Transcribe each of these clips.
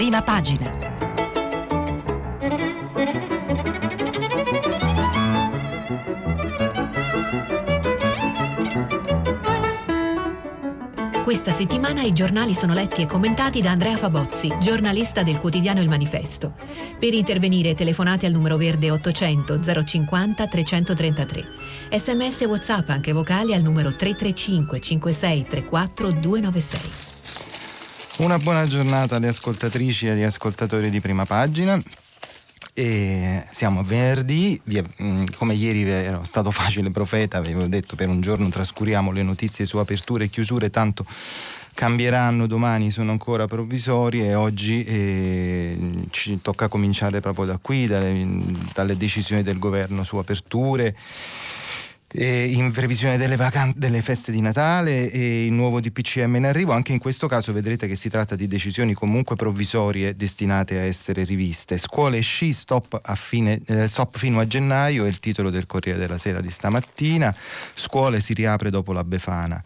Prima pagina. Questa settimana i giornali sono letti e commentati da Andrea Fabozzi, giornalista del quotidiano Il Manifesto. Per intervenire telefonate al numero verde 800 050 333. SMS e WhatsApp anche vocali al numero 335 56 34 296. Una buona giornata alle ascoltatrici e agli ascoltatori di Prima Pagina. E siamo a venerdì, come ieri ero stato facile profeta, avevo detto per un giorno trascuriamo le notizie su aperture e chiusure, tanto cambieranno, domani sono ancora provvisorie e oggi ci tocca cominciare proprio da qui, dalle decisioni del governo su aperture. In previsione delle feste di Natale e il nuovo DPCM in arrivo. Anche in questo caso vedrete che si tratta di decisioni comunque provvisorie destinate a essere riviste. Scuole e sci stop fino a gennaio è il titolo del Corriere della Sera di stamattina. Scuole si riapre dopo la Befana.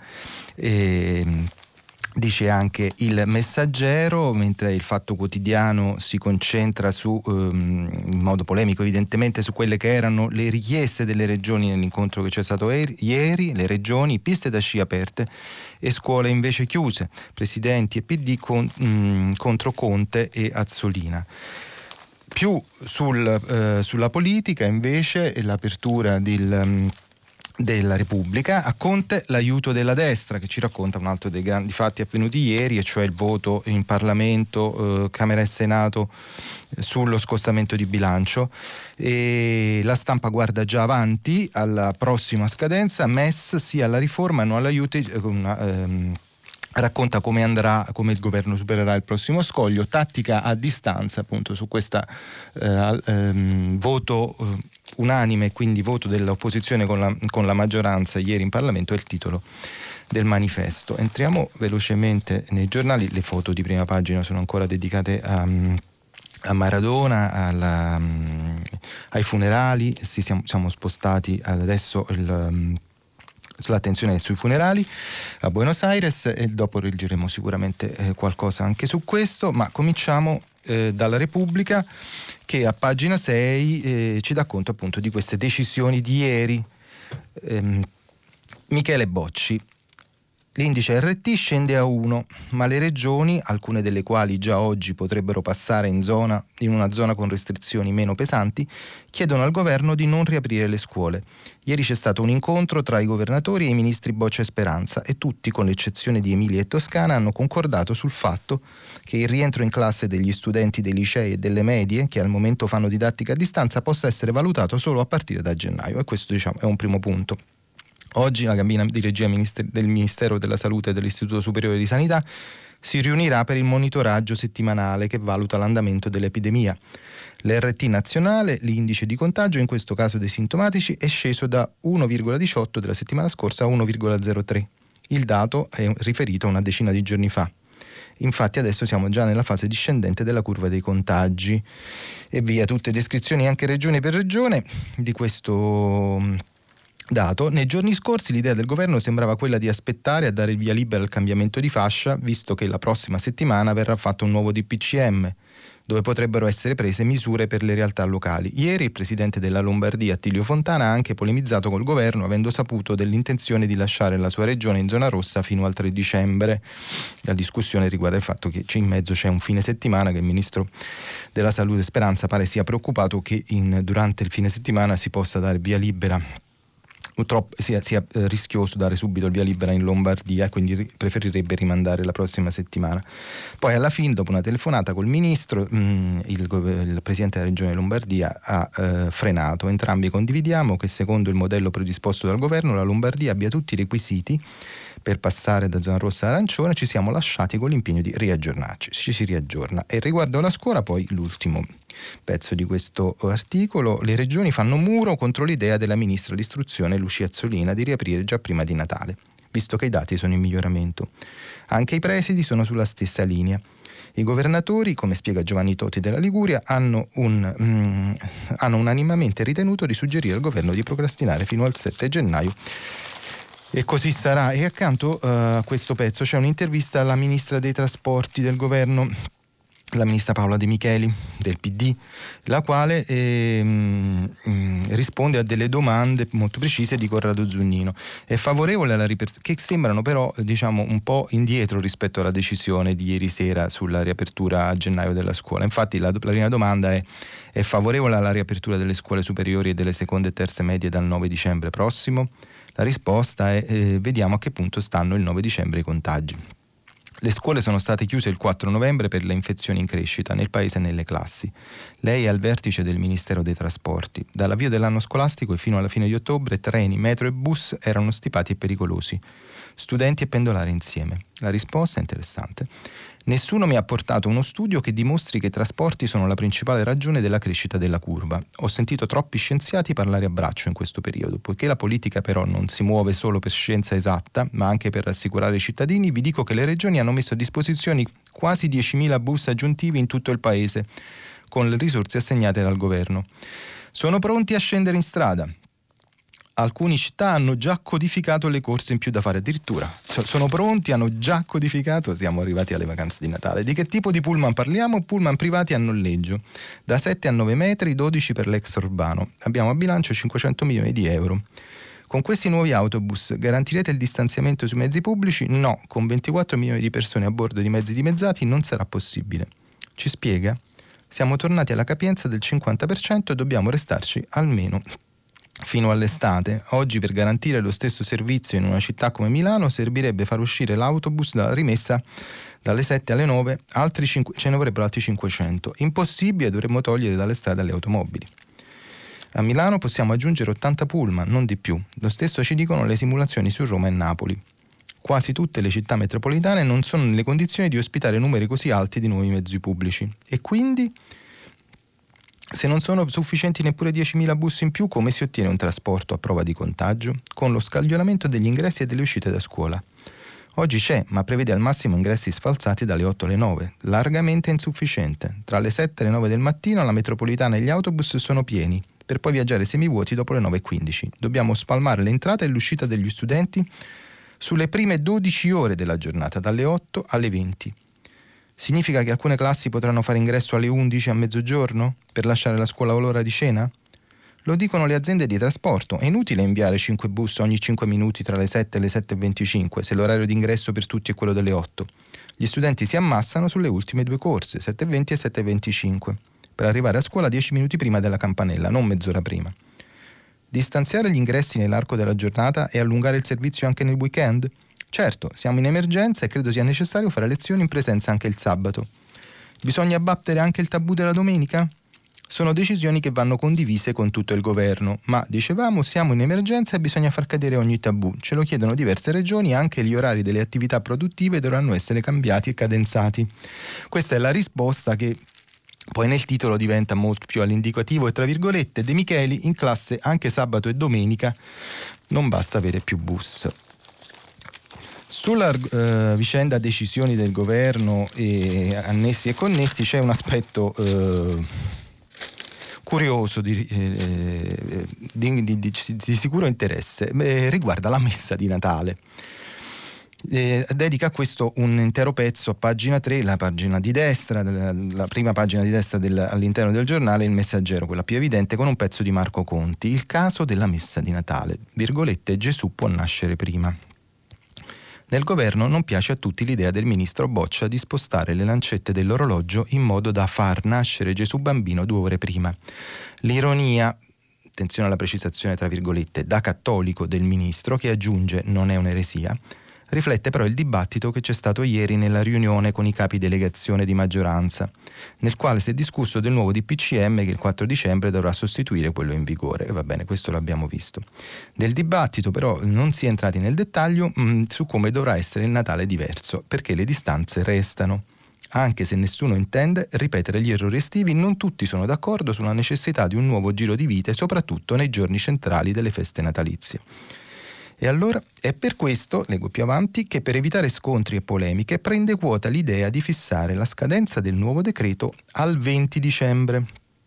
Dice anche il Messaggero, mentre il Fatto Quotidiano si concentra in modo polemico evidentemente su quelle che erano le richieste delle regioni nell'incontro che c'è stato ieri. Le regioni, piste da sci aperte e scuole invece chiuse, presidenti e PD contro Conte e Azzolina. Più sulla politica invece l'apertura della Repubblica. A Conte l'aiuto della destra, che ci racconta un altro dei grandi fatti avvenuti ieri, e cioè il voto in Parlamento, Camera e Senato, sullo scostamento di bilancio. E la Stampa guarda già avanti alla prossima scadenza. MES sì alla riforma, no all'aiuto. Racconta come il governo supererà il prossimo scoglio, tattica a distanza appunto su questa voto unanime, quindi voto dell'opposizione con la maggioranza ieri in Parlamento, è il titolo del Manifesto. Entriamo velocemente nei giornali. Le foto di Prima Pagina sono ancora dedicate a Maradona, ai funerali. Siamo spostati adesso l'attenzione sui funerali a Buenos Aires e dopo leggeremo sicuramente qualcosa anche su questo, ma cominciamo dalla Repubblica, che a pagina 6 ci dà conto appunto di queste decisioni di ieri. Michele Bocci: l'indice RT scende a 1, ma le regioni, alcune delle quali già oggi potrebbero passare in una zona con restrizioni meno pesanti, chiedono al governo di non riaprire le scuole. Ieri c'è stato un incontro tra i governatori e i ministri Boccia e Speranza e tutti, con l'eccezione di Emilia e Toscana, hanno concordato sul fatto che il rientro in classe degli studenti dei licei e delle medie, che al momento fanno didattica a distanza, possa essere valutato solo a partire da gennaio, e questo è un primo punto. Oggi la cabina di regia del Ministero della Salute e dell'Istituto Superiore di Sanità si riunirà per il monitoraggio settimanale che valuta l'andamento dell'epidemia. L'RT nazionale, l'indice di contagio, in questo caso dei sintomatici, è sceso da 1,18 della settimana scorsa a 1,03. Il dato è riferito a una decina di giorni fa. Infatti adesso siamo già nella fase discendente della curva dei contagi. E via tutte descrizioni anche regione per regione di questo dato. Nei giorni scorsi l'idea del governo sembrava quella di aspettare a dare il via libera al cambiamento di fascia, visto che la prossima settimana verrà fatto un nuovo DPCM, dove potrebbero essere prese misure per le realtà locali. Ieri il presidente della Lombardia, Attilio Fontana, ha anche polemizzato col governo, avendo saputo dell'intenzione di lasciare la sua regione in zona rossa fino al 3 dicembre. La discussione riguarda il fatto che in mezzo c'è un fine settimana, che il ministro della Salute Speranza pare sia preoccupato che durante il fine settimana si possa dare via libera. Purtroppo sia rischioso dare subito il via libera in Lombardia, quindi preferirebbe rimandare la prossima settimana. Poi alla fine, dopo una telefonata col ministro, il presidente della regione Lombardia ha frenato. Entrambi condividiamo che secondo il modello predisposto dal governo la Lombardia abbia tutti i requisiti per passare da zona rossa a arancione. Ci siamo lasciati con l'impegno di riaggiornarci. Ci si riaggiorna. E riguardo alla scuola, poi l'ultimo pezzo di questo articolo: le regioni fanno muro contro l'idea della ministra dell'istruzione Lucia Azzolina di riaprire già prima di Natale, visto che i dati sono in miglioramento. Anche i presidi sono sulla stessa linea. I governatori, come spiega Giovanni Totti della Liguria, hanno unanimemente ritenuto di suggerire al governo di procrastinare fino al 7 gennaio. E così sarà. E accanto a questo pezzo c'è un'intervista alla ministra dei trasporti del governo la ministra Paola De Micheli del PD, la quale risponde a delle domande molto precise di Corrado Zunnino. È favorevole alla riapertura, che sembrano però un po' indietro rispetto alla decisione di ieri sera sulla riapertura a gennaio della scuola. Infatti la prima domanda è favorevole alla riapertura delle scuole superiori e delle seconde e terze medie dal 9 dicembre prossimo? La risposta è vediamo a che punto stanno il 9 dicembre i contagi. Le scuole sono state chiuse il 4 novembre per le infezioni in crescita nel paese e nelle classi. Lei è al vertice del Ministero dei Trasporti. Dall'avvio dell'anno scolastico e fino alla fine di ottobre treni, metro e bus erano stipati e pericolosi. Studenti e pendolari insieme. La risposta è interessante. Nessuno mi ha portato uno studio che dimostri che i trasporti sono la principale ragione della crescita della curva. Ho sentito troppi scienziati parlare a braccio in questo periodo. Poiché la politica però non si muove solo per scienza esatta, ma anche per rassicurare i cittadini, vi dico che le regioni hanno messo a disposizione quasi 10.000 bus aggiuntivi in tutto il paese, con le risorse assegnate dal governo. Sono pronti a scendere in strada. Alcune città hanno già codificato le corse in più da fare, addirittura sono pronti, hanno già codificato, siamo arrivati alle vacanze di Natale. Di che tipo di pullman parliamo? Pullman privati a noleggio, da 7 a 9 metri, 12 per l'ex-urbano. Abbiamo a bilancio 500 milioni di euro. Con questi nuovi autobus garantirete il distanziamento sui mezzi pubblici? No, con 24 milioni di persone a bordo di mezzi dimezzati non sarà possibile. Ci spiega? Siamo tornati alla capienza del 50% e dobbiamo restarci almeno fino all'estate. Oggi per garantire lo stesso servizio in una città come Milano servirebbe far uscire l'autobus dalla rimessa dalle 7 alle 9, ce ne vorrebbero altri 500. Impossibile, dovremmo togliere dalle strade le automobili. A Milano possiamo aggiungere 80 pullman, non di più. Lo stesso ci dicono le simulazioni su Roma e Napoli. Quasi tutte le città metropolitane non sono nelle condizioni di ospitare numeri così alti di nuovi mezzi pubblici. E quindi, se non sono sufficienti neppure 10.000 bus in più, come si ottiene un trasporto a prova di contagio? Con lo scaglionamento degli ingressi e delle uscite da scuola. Oggi c'è, ma prevede al massimo ingressi sfalsati dalle 8 alle 9, largamente insufficiente. Tra le 7 e le 9 del mattino la metropolitana e gli autobus sono pieni, per poi viaggiare semivuoti dopo le 9:15. Dobbiamo spalmare l'entrata e l'uscita degli studenti sulle prime 12 ore della giornata, dalle 8 alle 20. Significa che alcune classi potranno fare ingresso alle 11 a mezzogiorno per lasciare la scuola all'ora di cena? Lo dicono le aziende di trasporto. È inutile inviare 5 bus ogni 5 minuti tra le 7 e le 7:25 se l'orario di ingresso per tutti è quello delle 8. Gli studenti si ammassano sulle ultime due corse, 7:20 e 7:25, per arrivare a scuola 10 minuti prima della campanella, non mezz'ora prima. Distanziare gli ingressi nell'arco della giornata e allungare il servizio anche nel weekend? Certo, siamo in emergenza e credo sia necessario fare lezioni in presenza anche il sabato. Bisogna abbattere anche il tabù della domenica? Sono decisioni che vanno condivise con tutto il governo, ma dicevamo siamo in emergenza e bisogna far cadere ogni tabù. Ce lo chiedono diverse regioni, anche gli orari delle attività produttive dovranno essere cambiati e cadenzati. Questa è la risposta che poi nel titolo diventa molto più all'indicativo e tra virgolette De Micheli in classe anche sabato e domenica, non basta avere più bus. Sulla vicenda decisioni del governo e annessi e connessi c'è un aspetto curioso di sicuro interesse, riguarda la messa di Natale. Dedica a questo un intero pezzo a pagina 3, la pagina di destra, la prima pagina di destra all'interno del giornale Il Messaggero, quella più evidente, con un pezzo di Marco Conti. Il caso della messa di Natale, virgolette, Gesù può nascere prima. Nel governo non piace a tutti l'idea del ministro Boccia di spostare le lancette dell'orologio in modo da far nascere Gesù bambino 2 ore prima. L'ironia, attenzione alla precisazione tra virgolette, da cattolico del ministro, che aggiunge non è un'eresia, riflette però il dibattito che c'è stato ieri nella riunione con i capi delegazione di maggioranza, nel quale si è discusso del nuovo DPCM che il 4 dicembre dovrà sostituire quello in vigore. E va bene, questo l'abbiamo visto. Del dibattito però non si è entrati nel dettaglio su come dovrà essere il Natale diverso, perché le distanze restano. Anche se nessuno intende ripetere gli errori estivi, non tutti sono d'accordo sulla necessità di un nuovo giro di vite, soprattutto nei giorni centrali delle feste natalizie. E allora è per questo, leggo più avanti, che per evitare scontri e polemiche prende quota l'idea di fissare la scadenza del nuovo decreto al 20 dicembre.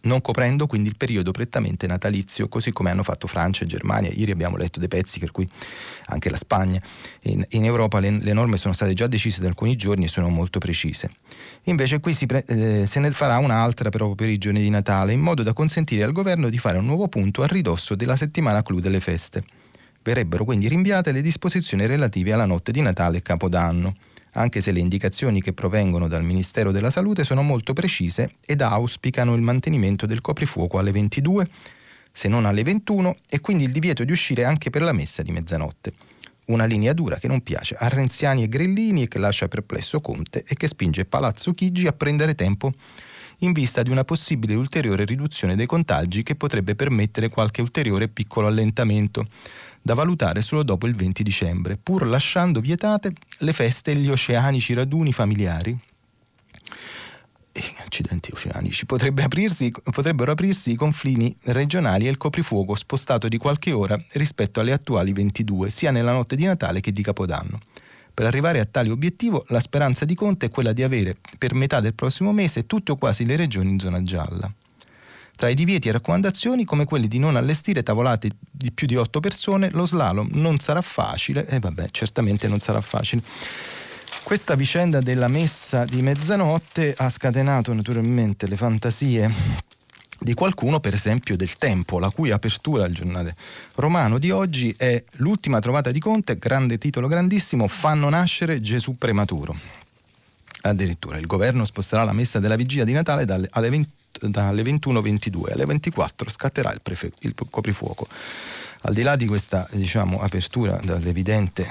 non coprendo quindi il periodo prettamente natalizio, così come hanno fatto Francia e Germania. Ieri abbiamo letto dei pezzi per cui anche la Spagna. In Europa le norme sono state già decise da alcuni giorni e sono molto precise. Invece qui se ne farà un'altra proprio per i giorni di Natale, in modo da consentire al governo di fare un nuovo punto a ridosso della settimana clou delle feste. Verrebbero quindi rinviate le disposizioni relative alla notte di Natale e Capodanno, anche se le indicazioni che provengono dal Ministero della Salute sono molto precise ed auspicano il mantenimento del coprifuoco alle 22, se non alle 21, e quindi il divieto di uscire anche per la messa di mezzanotte. Una linea dura che non piace a Renziani e Grillini e che lascia perplesso Conte e che spinge Palazzo Chigi a prendere tempo in vista di una possibile ulteriore riduzione dei contagi che potrebbe permettere qualche ulteriore piccolo allentamento, da valutare solo dopo il 20 dicembre, pur lasciando vietate le feste e gli oceanici raduni familiari. Accidenti oceanici. Potrebbero aprirsi i confini regionali e il coprifuoco spostato di qualche ora rispetto alle attuali 22, sia nella notte di Natale che di Capodanno. Per arrivare a tale obiettivo, la speranza di Conte è quella di avere, per metà del prossimo mese, tutte o quasi le regioni in zona gialla. Tra i divieti e raccomandazioni, come quelli di non allestire tavolate di più di 8 persone, lo slalom non sarà facile, certamente non sarà facile. Questa vicenda della messa di mezzanotte ha scatenato naturalmente le fantasie di qualcuno, per esempio del Tempo, la cui apertura al giornale romano di oggi è: l'ultima trovata di Conte, grande titolo grandissimo, fanno nascere Gesù prematuro. Addirittura il governo sposterà la messa della vigilia di Natale dalle 21:22 alle 24 scatterà il coprifuoco. Al di là di questa, apertura dall'evidente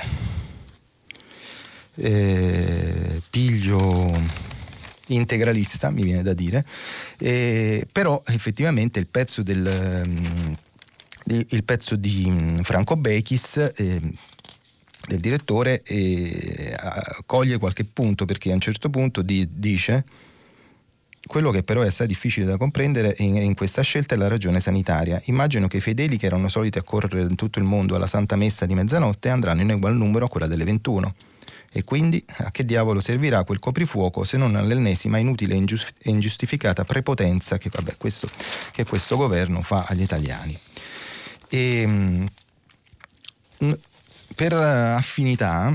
piglio integralista, mi viene da dire, però effettivamente il pezzo di Franco Bechis, del direttore, coglie qualche punto, perché a un certo punto dice: quello che però è assai difficile da comprendere in questa scelta è la ragione sanitaria. Immagino che i fedeli che erano soliti accorrere in tutto il mondo alla Santa Messa di mezzanotte andranno in ugual numero a quella delle 21. E quindi a che diavolo servirà quel coprifuoco se non all'ennesima inutile e ingiustificata prepotenza che questo governo fa agli italiani. Per affinità,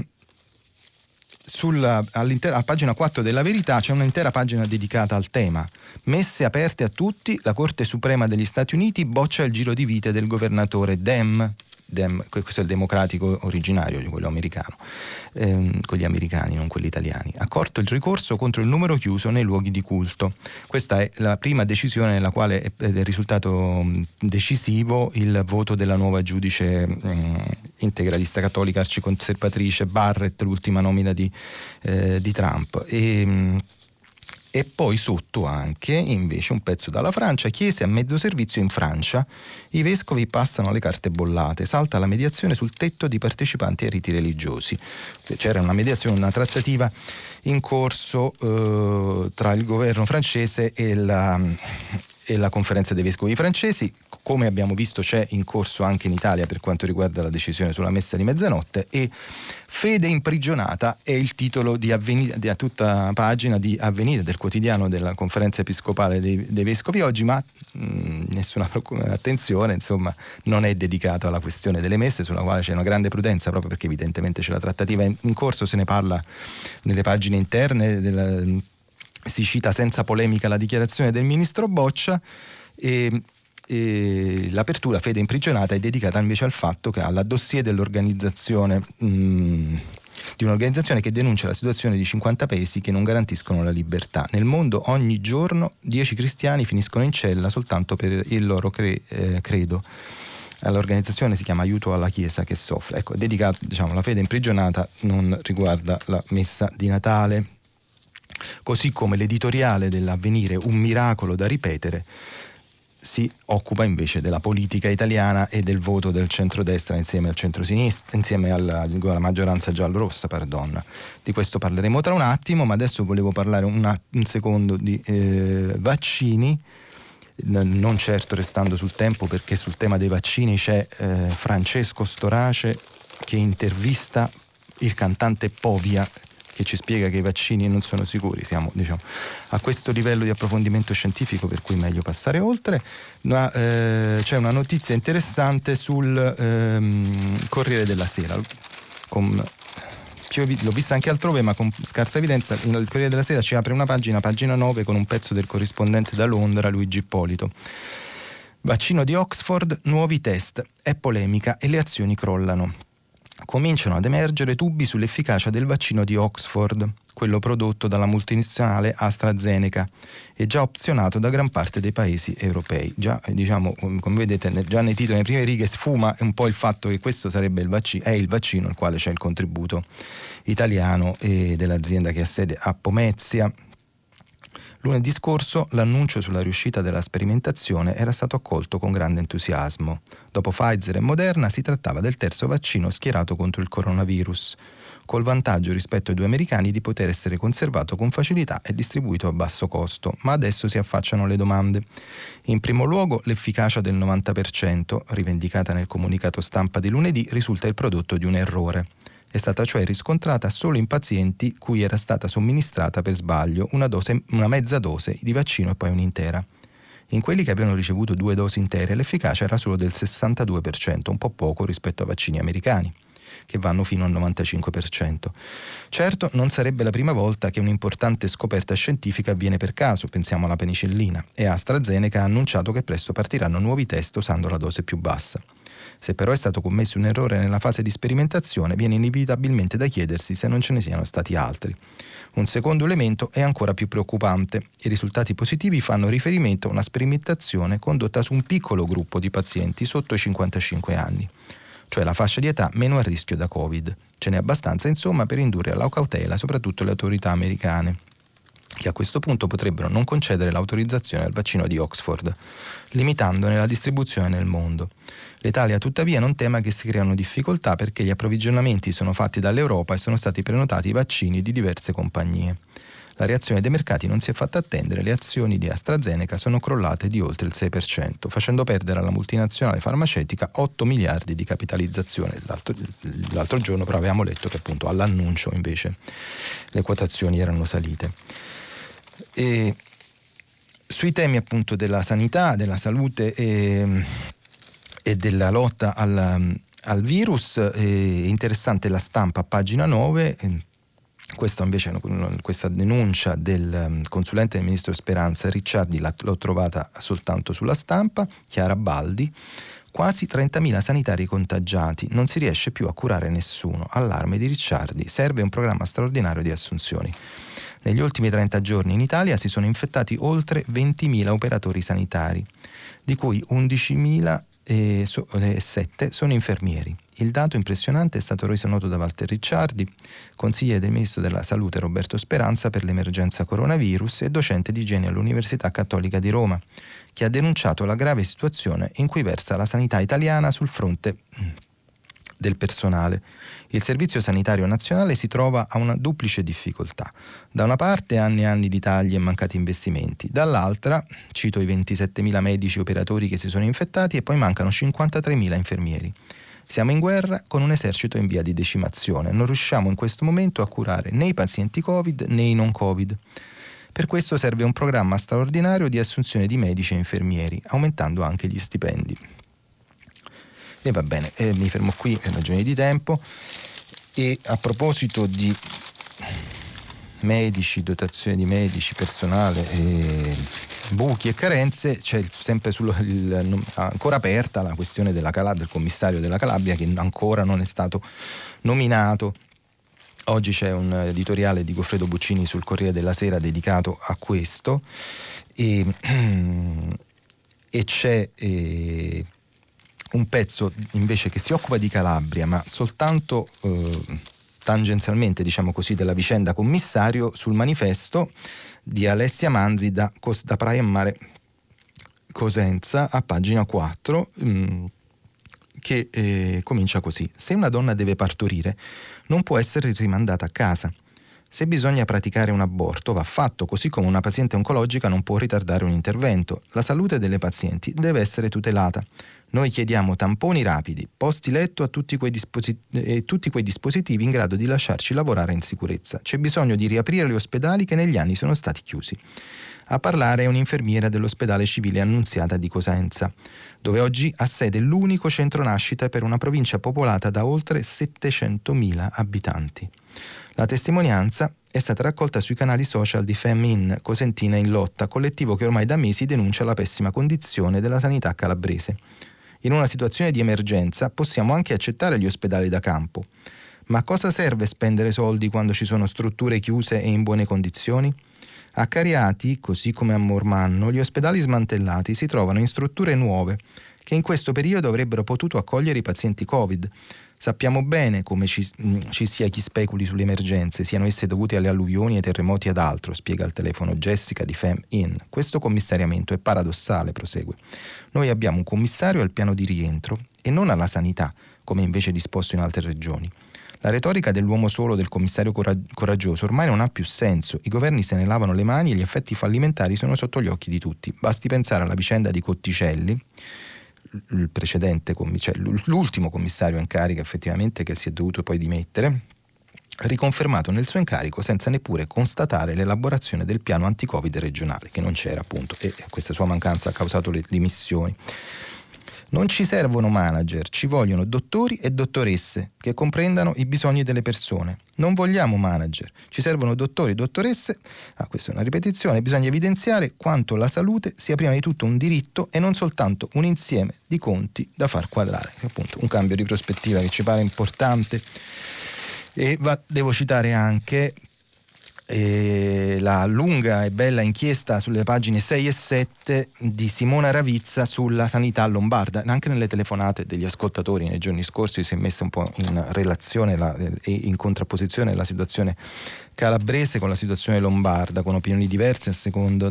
a pagina 4 della Verità c'è un'intera pagina dedicata al tema. Messe aperte a tutti, la Corte Suprema degli Stati Uniti boccia il giro di vite del governatore Dem, questo è il democratico originario, quello americano, quelli americani, non quelli italiani. Accolto il ricorso contro il numero chiuso nei luoghi di culto. Questa è la prima decisione nella quale è risultato decisivo il voto della nuova giudice integralista cattolica arciconservatrice Barrett, l'ultima nomina di Trump. E poi sotto anche invece un pezzo dalla Francia: chiese a mezzo servizio in Francia, i vescovi passano le carte bollate, salta la mediazione sul tetto di partecipanti ai riti religiosi. C'era una mediazione, una trattativa in corso tra il governo francese e la conferenza dei vescovi francesi. Come abbiamo visto c'è in corso anche in Italia per quanto riguarda la decisione sulla messa di mezzanotte. E Fede imprigionata è il titolo di tutta pagina di Avvenire, del quotidiano della conferenza episcopale dei vescovi oggi, ma nessuna attenzione, insomma, non è dedicato alla questione delle messe, sulla quale c'è una grande prudenza, proprio perché evidentemente c'è la trattativa in corso. Se ne parla nelle pagine interne, si cita senza polemica la dichiarazione del ministro Boccia, e l'apertura Fede imprigionata è dedicata invece al fatto che alla dossier dell'organizzazione di un'organizzazione che denuncia la situazione di 50 paesi che non garantiscono la libertà. Nel mondo ogni giorno 10 cristiani finiscono in cella soltanto per il loro credo. L'organizzazione si chiama Aiuto alla Chiesa che soffre. Ecco, è dedicato, la Fede imprigionata non riguarda la messa di Natale. Così come l'editoriale dell'Avvenire, un miracolo da ripetere, si occupa invece della politica italiana e del voto del centrodestra insieme al centrosinistra, insieme alla maggioranza giallorossa, Di questo parleremo tra un attimo, ma adesso volevo parlare un secondo di vaccini, non certo restando sul Tempo, perché sul tema dei vaccini c'è Francesco Storace che intervista il cantante Povia, che ci spiega che i vaccini non sono sicuri. Siamo, diciamo, a questo livello di approfondimento scientifico, per cui è meglio passare oltre. Ma c'è una notizia interessante sul Corriere della Sera. L'ho vista anche altrove, ma con scarsa evidenza. Il Corriere della Sera ci apre una pagina 9, con un pezzo del corrispondente da Londra, Luigi Ippolito. Vaccino di Oxford, nuovi test, è polemica e le azioni crollano. Cominciano ad emergere dubbi sull'efficacia del vaccino di Oxford, quello prodotto dalla multinazionale AstraZeneca e già opzionato da gran parte dei paesi europei. Già, diciamo, come vedete, già nei titoli, nelle prime righe, sfuma un po' il fatto che questo sarebbe è il vaccino al quale c'è il contributo italiano e dell'azienda che ha sede a Pomezia. Lunedì scorso l'annuncio sulla riuscita della sperimentazione era stato accolto con grande entusiasmo. Dopo Pfizer e Moderna si trattava del terzo vaccino schierato contro il coronavirus, col vantaggio rispetto ai due americani di poter essere conservato con facilità e distribuito a basso costo. Ma adesso si affacciano le domande. In primo luogo, l'efficacia del 90%, rivendicata nel comunicato stampa di lunedì, risulta il prodotto di un errore. È stata cioè riscontrata solo in pazienti cui era stata somministrata per sbaglio una mezza dose di vaccino e poi un'intera. In quelli che avevano ricevuto 2 dosi intere l'efficacia era solo del 62%, un po' poco rispetto ai vaccini americani, che vanno fino al 95%. Certo, non sarebbe la prima volta che un'importante scoperta scientifica avviene per caso, pensiamo alla penicillina, e AstraZeneca ha annunciato che presto partiranno nuovi test usando la dose più bassa. Se però è stato commesso un errore nella fase di sperimentazione, viene inevitabilmente da chiedersi se non ce ne siano stati altri. Un secondo elemento è ancora più preoccupante. I risultati positivi fanno riferimento a una sperimentazione condotta su un piccolo gruppo di pazienti sotto i 55 anni, cioè la fascia di età meno a rischio da Covid. Ce n'è abbastanza, insomma, per indurre alla cautela soprattutto le autorità americane, che a questo punto potrebbero non concedere l'autorizzazione al vaccino di Oxford, limitandone la distribuzione nel mondo. L'Italia tuttavia non tema che si creano difficoltà, perché gli approvvigionamenti sono fatti dall'Europa e sono stati prenotati i vaccini di diverse compagnie. La reazione dei mercati non si è fatta attendere, le azioni di AstraZeneca sono crollate di oltre il 6%, facendo perdere alla multinazionale farmaceutica 8 miliardi di capitalizzazione. L'altro giorno però avevamo letto che appunto all'annuncio invece le quotazioni erano salite. E sui temi appunto della sanità, della salute e della lotta al virus, è interessante La Stampa, pagina 9. Questa invece, questa denuncia del consulente del ministro Speranza Ricciardi l'ho trovata soltanto sulla Stampa. Chiara Baldi: quasi 30.000 sanitari contagiati, non si riesce più a curare nessuno. Allarme di Ricciardi, serve un programma straordinario di assunzioni. Negli ultimi 30 giorni in Italia si sono infettati oltre 20.000 operatori sanitari, di cui 11.007 sono infermieri. Il dato impressionante è stato reso noto da Walter Ricciardi, consigliere del ministro della Salute Roberto Speranza per l'emergenza coronavirus e docente di igiene all'Università Cattolica di Roma, che ha denunciato la grave situazione in cui versa la sanità italiana sul fronte del personale. Il Servizio Sanitario Nazionale si trova a una duplice difficoltà. Da una parte anni e anni di tagli e mancati investimenti, dall'altra cito i 27.000 medici operatori che si sono infettati e poi mancano 53.000 infermieri. Siamo in guerra con un esercito in via di decimazione, non riusciamo in questo momento a curare né i pazienti Covid né i non Covid. Per questo serve un programma straordinario di assunzione di medici e infermieri, aumentando anche gli stipendi. E va bene, mi fermo qui per ragioni di tempo. E a proposito di medici, dotazione di medici, personale, buchi e carenze, c'è sempre ancora aperta la questione della del commissario della Calabria, che ancora non è stato nominato. Oggi c'è un editoriale di Goffredo Buccini sul Corriere della Sera dedicato a questo, e c'è un pezzo invece che si occupa di Calabria, ma soltanto tangenzialmente, diciamo così, della vicenda commissario, sul Manifesto di Alessia Manzi da Praia Mare Cosenza, a pagina 4, che comincia così: se una donna deve partorire non può essere rimandata a casa. Se bisogna praticare un aborto va fatto, così come una paziente oncologica non può ritardare un intervento. La salute delle pazienti deve essere tutelata. Noi chiediamo tamponi rapidi, posti letto a tutti quei dispositivi in grado di lasciarci lavorare in sicurezza. C'è bisogno di riaprire gli ospedali che negli anni sono stati chiusi. A parlare è un'infermiera dell'ospedale civile Annunziata di Cosenza, dove oggi ha sede l'unico centro nascita per una provincia popolata da oltre 700.000 abitanti. La testimonianza è stata raccolta sui canali social di FemIn Cosentina in Lotta, collettivo che ormai da mesi denuncia la pessima condizione della sanità calabrese. In una situazione di emergenza possiamo anche accettare gli ospedali da campo, ma a cosa serve spendere soldi quando ci sono strutture chiuse e in buone condizioni? A Cariati, così come a Mormanno, gli ospedali smantellati si trovano in strutture nuove che in questo periodo avrebbero potuto accogliere i pazienti Covid. Sappiamo bene come ci sia chi speculi sulle emergenze, siano esse dovute alle alluvioni, ai terremoti ed altro, spiega al telefono Jessica di FemIn. Questo commissariamento è paradossale, prosegue. Noi abbiamo un commissario al piano di rientro e non alla sanità, come invece disposto in altre regioni. La retorica dell'uomo solo, del commissario coraggioso, ormai non ha più senso. I governi se ne lavano le mani e gli effetti fallimentari sono sotto gli occhi di tutti. Basti pensare alla vicenda di Cotticelli, il precedente l'ultimo commissario in carica effettivamente, che si è dovuto poi dimettere, riconfermato nel suo incarico senza neppure constatare l'elaborazione del piano anti-Covid regionale, che non c'era appunto, e questa sua mancanza ha causato le dimissioni. Non ci servono manager, ci vogliono dottori e dottoresse che comprendano i bisogni delle persone. Non vogliamo manager, ci servono dottori e dottoresse. Questa è una ripetizione. Bisogna evidenziare quanto la salute sia prima di tutto un diritto e non soltanto un insieme di conti da far quadrare. Appunto, un cambio di prospettiva che ci pare importante. E devo citare anche la lunga e bella inchiesta sulle pagine 6 e 7 di Simona Ravizza sulla sanità lombarda. Anche nelle telefonate degli ascoltatori nei giorni scorsi si è messa un po' in relazione e in contrapposizione la situazione calabrese con la situazione lombarda, con opinioni diverse a secondo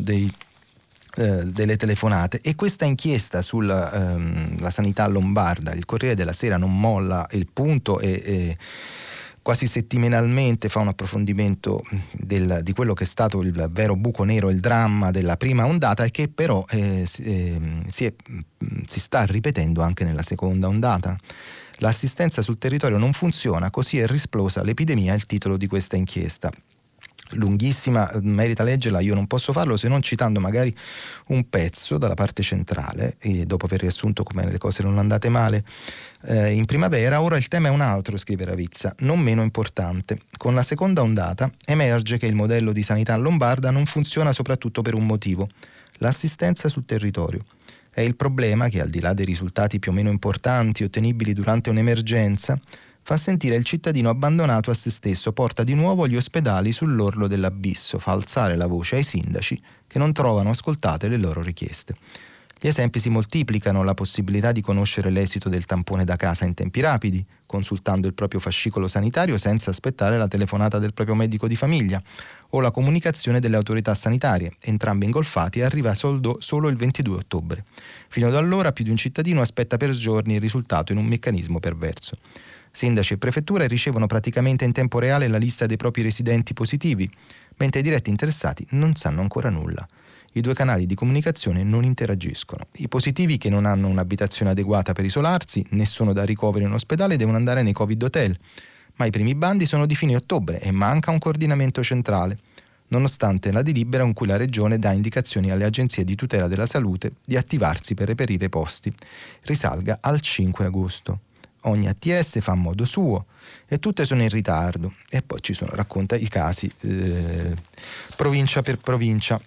delle telefonate. E questa inchiesta sulla la sanità lombarda, il Corriere della Sera non molla il punto e quasi settimanalmente fa un approfondimento di quello che è stato il vero buco nero, il dramma della prima ondata, e che però si sta ripetendo anche nella seconda ondata. L'assistenza sul territorio non funziona, così è risplosa l'epidemia, è il titolo di questa inchiesta. Lunghissima, merita leggerla, io non posso farlo se non citando magari un pezzo dalla parte centrale, e dopo aver riassunto come le cose non andate male in primavera. Ora il tema è un altro, scrive Ravizza, non meno importante. Con la seconda ondata emerge che il modello di sanità lombarda non funziona soprattutto per un motivo: l'assistenza sul territorio. È il problema che, al di là dei risultati più o meno importanti ottenibili durante un'emergenza, fa sentire il cittadino abbandonato a se stesso, porta di nuovo gli ospedali sull'orlo dell'abisso, fa alzare la voce ai sindaci che non trovano ascoltate le loro richieste. Gli esempi si moltiplicano: la possibilità di conoscere l'esito del tampone da casa in tempi rapidi, consultando il proprio fascicolo sanitario senza aspettare la telefonata del proprio medico di famiglia, o la comunicazione delle autorità sanitarie, entrambi ingolfati, arriva solo il 22 ottobre. Fino ad allora più di un cittadino aspetta per giorni il risultato in un meccanismo perverso. Sindaci e prefetture ricevono praticamente in tempo reale la lista dei propri residenti positivi, mentre i diretti interessati non sanno ancora nulla. I due canali di comunicazione non interagiscono. I positivi che non hanno un'abitazione adeguata per isolarsi, né sono da ricovero in ospedale, devono andare nei Covid hotel. Ma i primi bandi sono di fine ottobre e manca un coordinamento centrale, nonostante la delibera con cui la Regione dà indicazioni alle agenzie di tutela della salute di attivarsi per reperire posti. Risalga al 5 agosto. Ogni ATS fa a modo suo e tutte sono in ritardo, e poi racconta i casi provincia per provincia.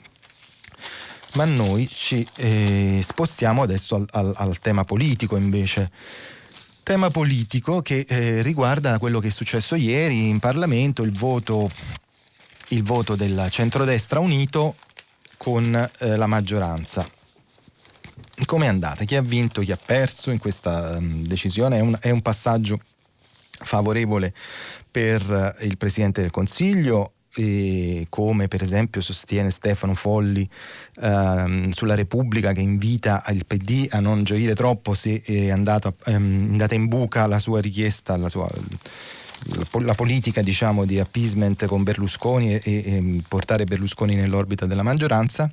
Ma noi ci spostiamo adesso al tema politico invece. Tema politico che riguarda quello che è successo ieri in Parlamento, il voto del centrodestra unito con la maggioranza. Come è andata? Chi ha vinto, chi ha perso in questa decisione? È un passaggio favorevole per il Presidente del Consiglio, come per esempio sostiene Stefano Folli sulla Repubblica, che invita il PD a non gioire troppo se è andata in buca la sua richiesta, la politica, diciamo, di appeasement con Berlusconi e portare Berlusconi nell'orbita della maggioranza,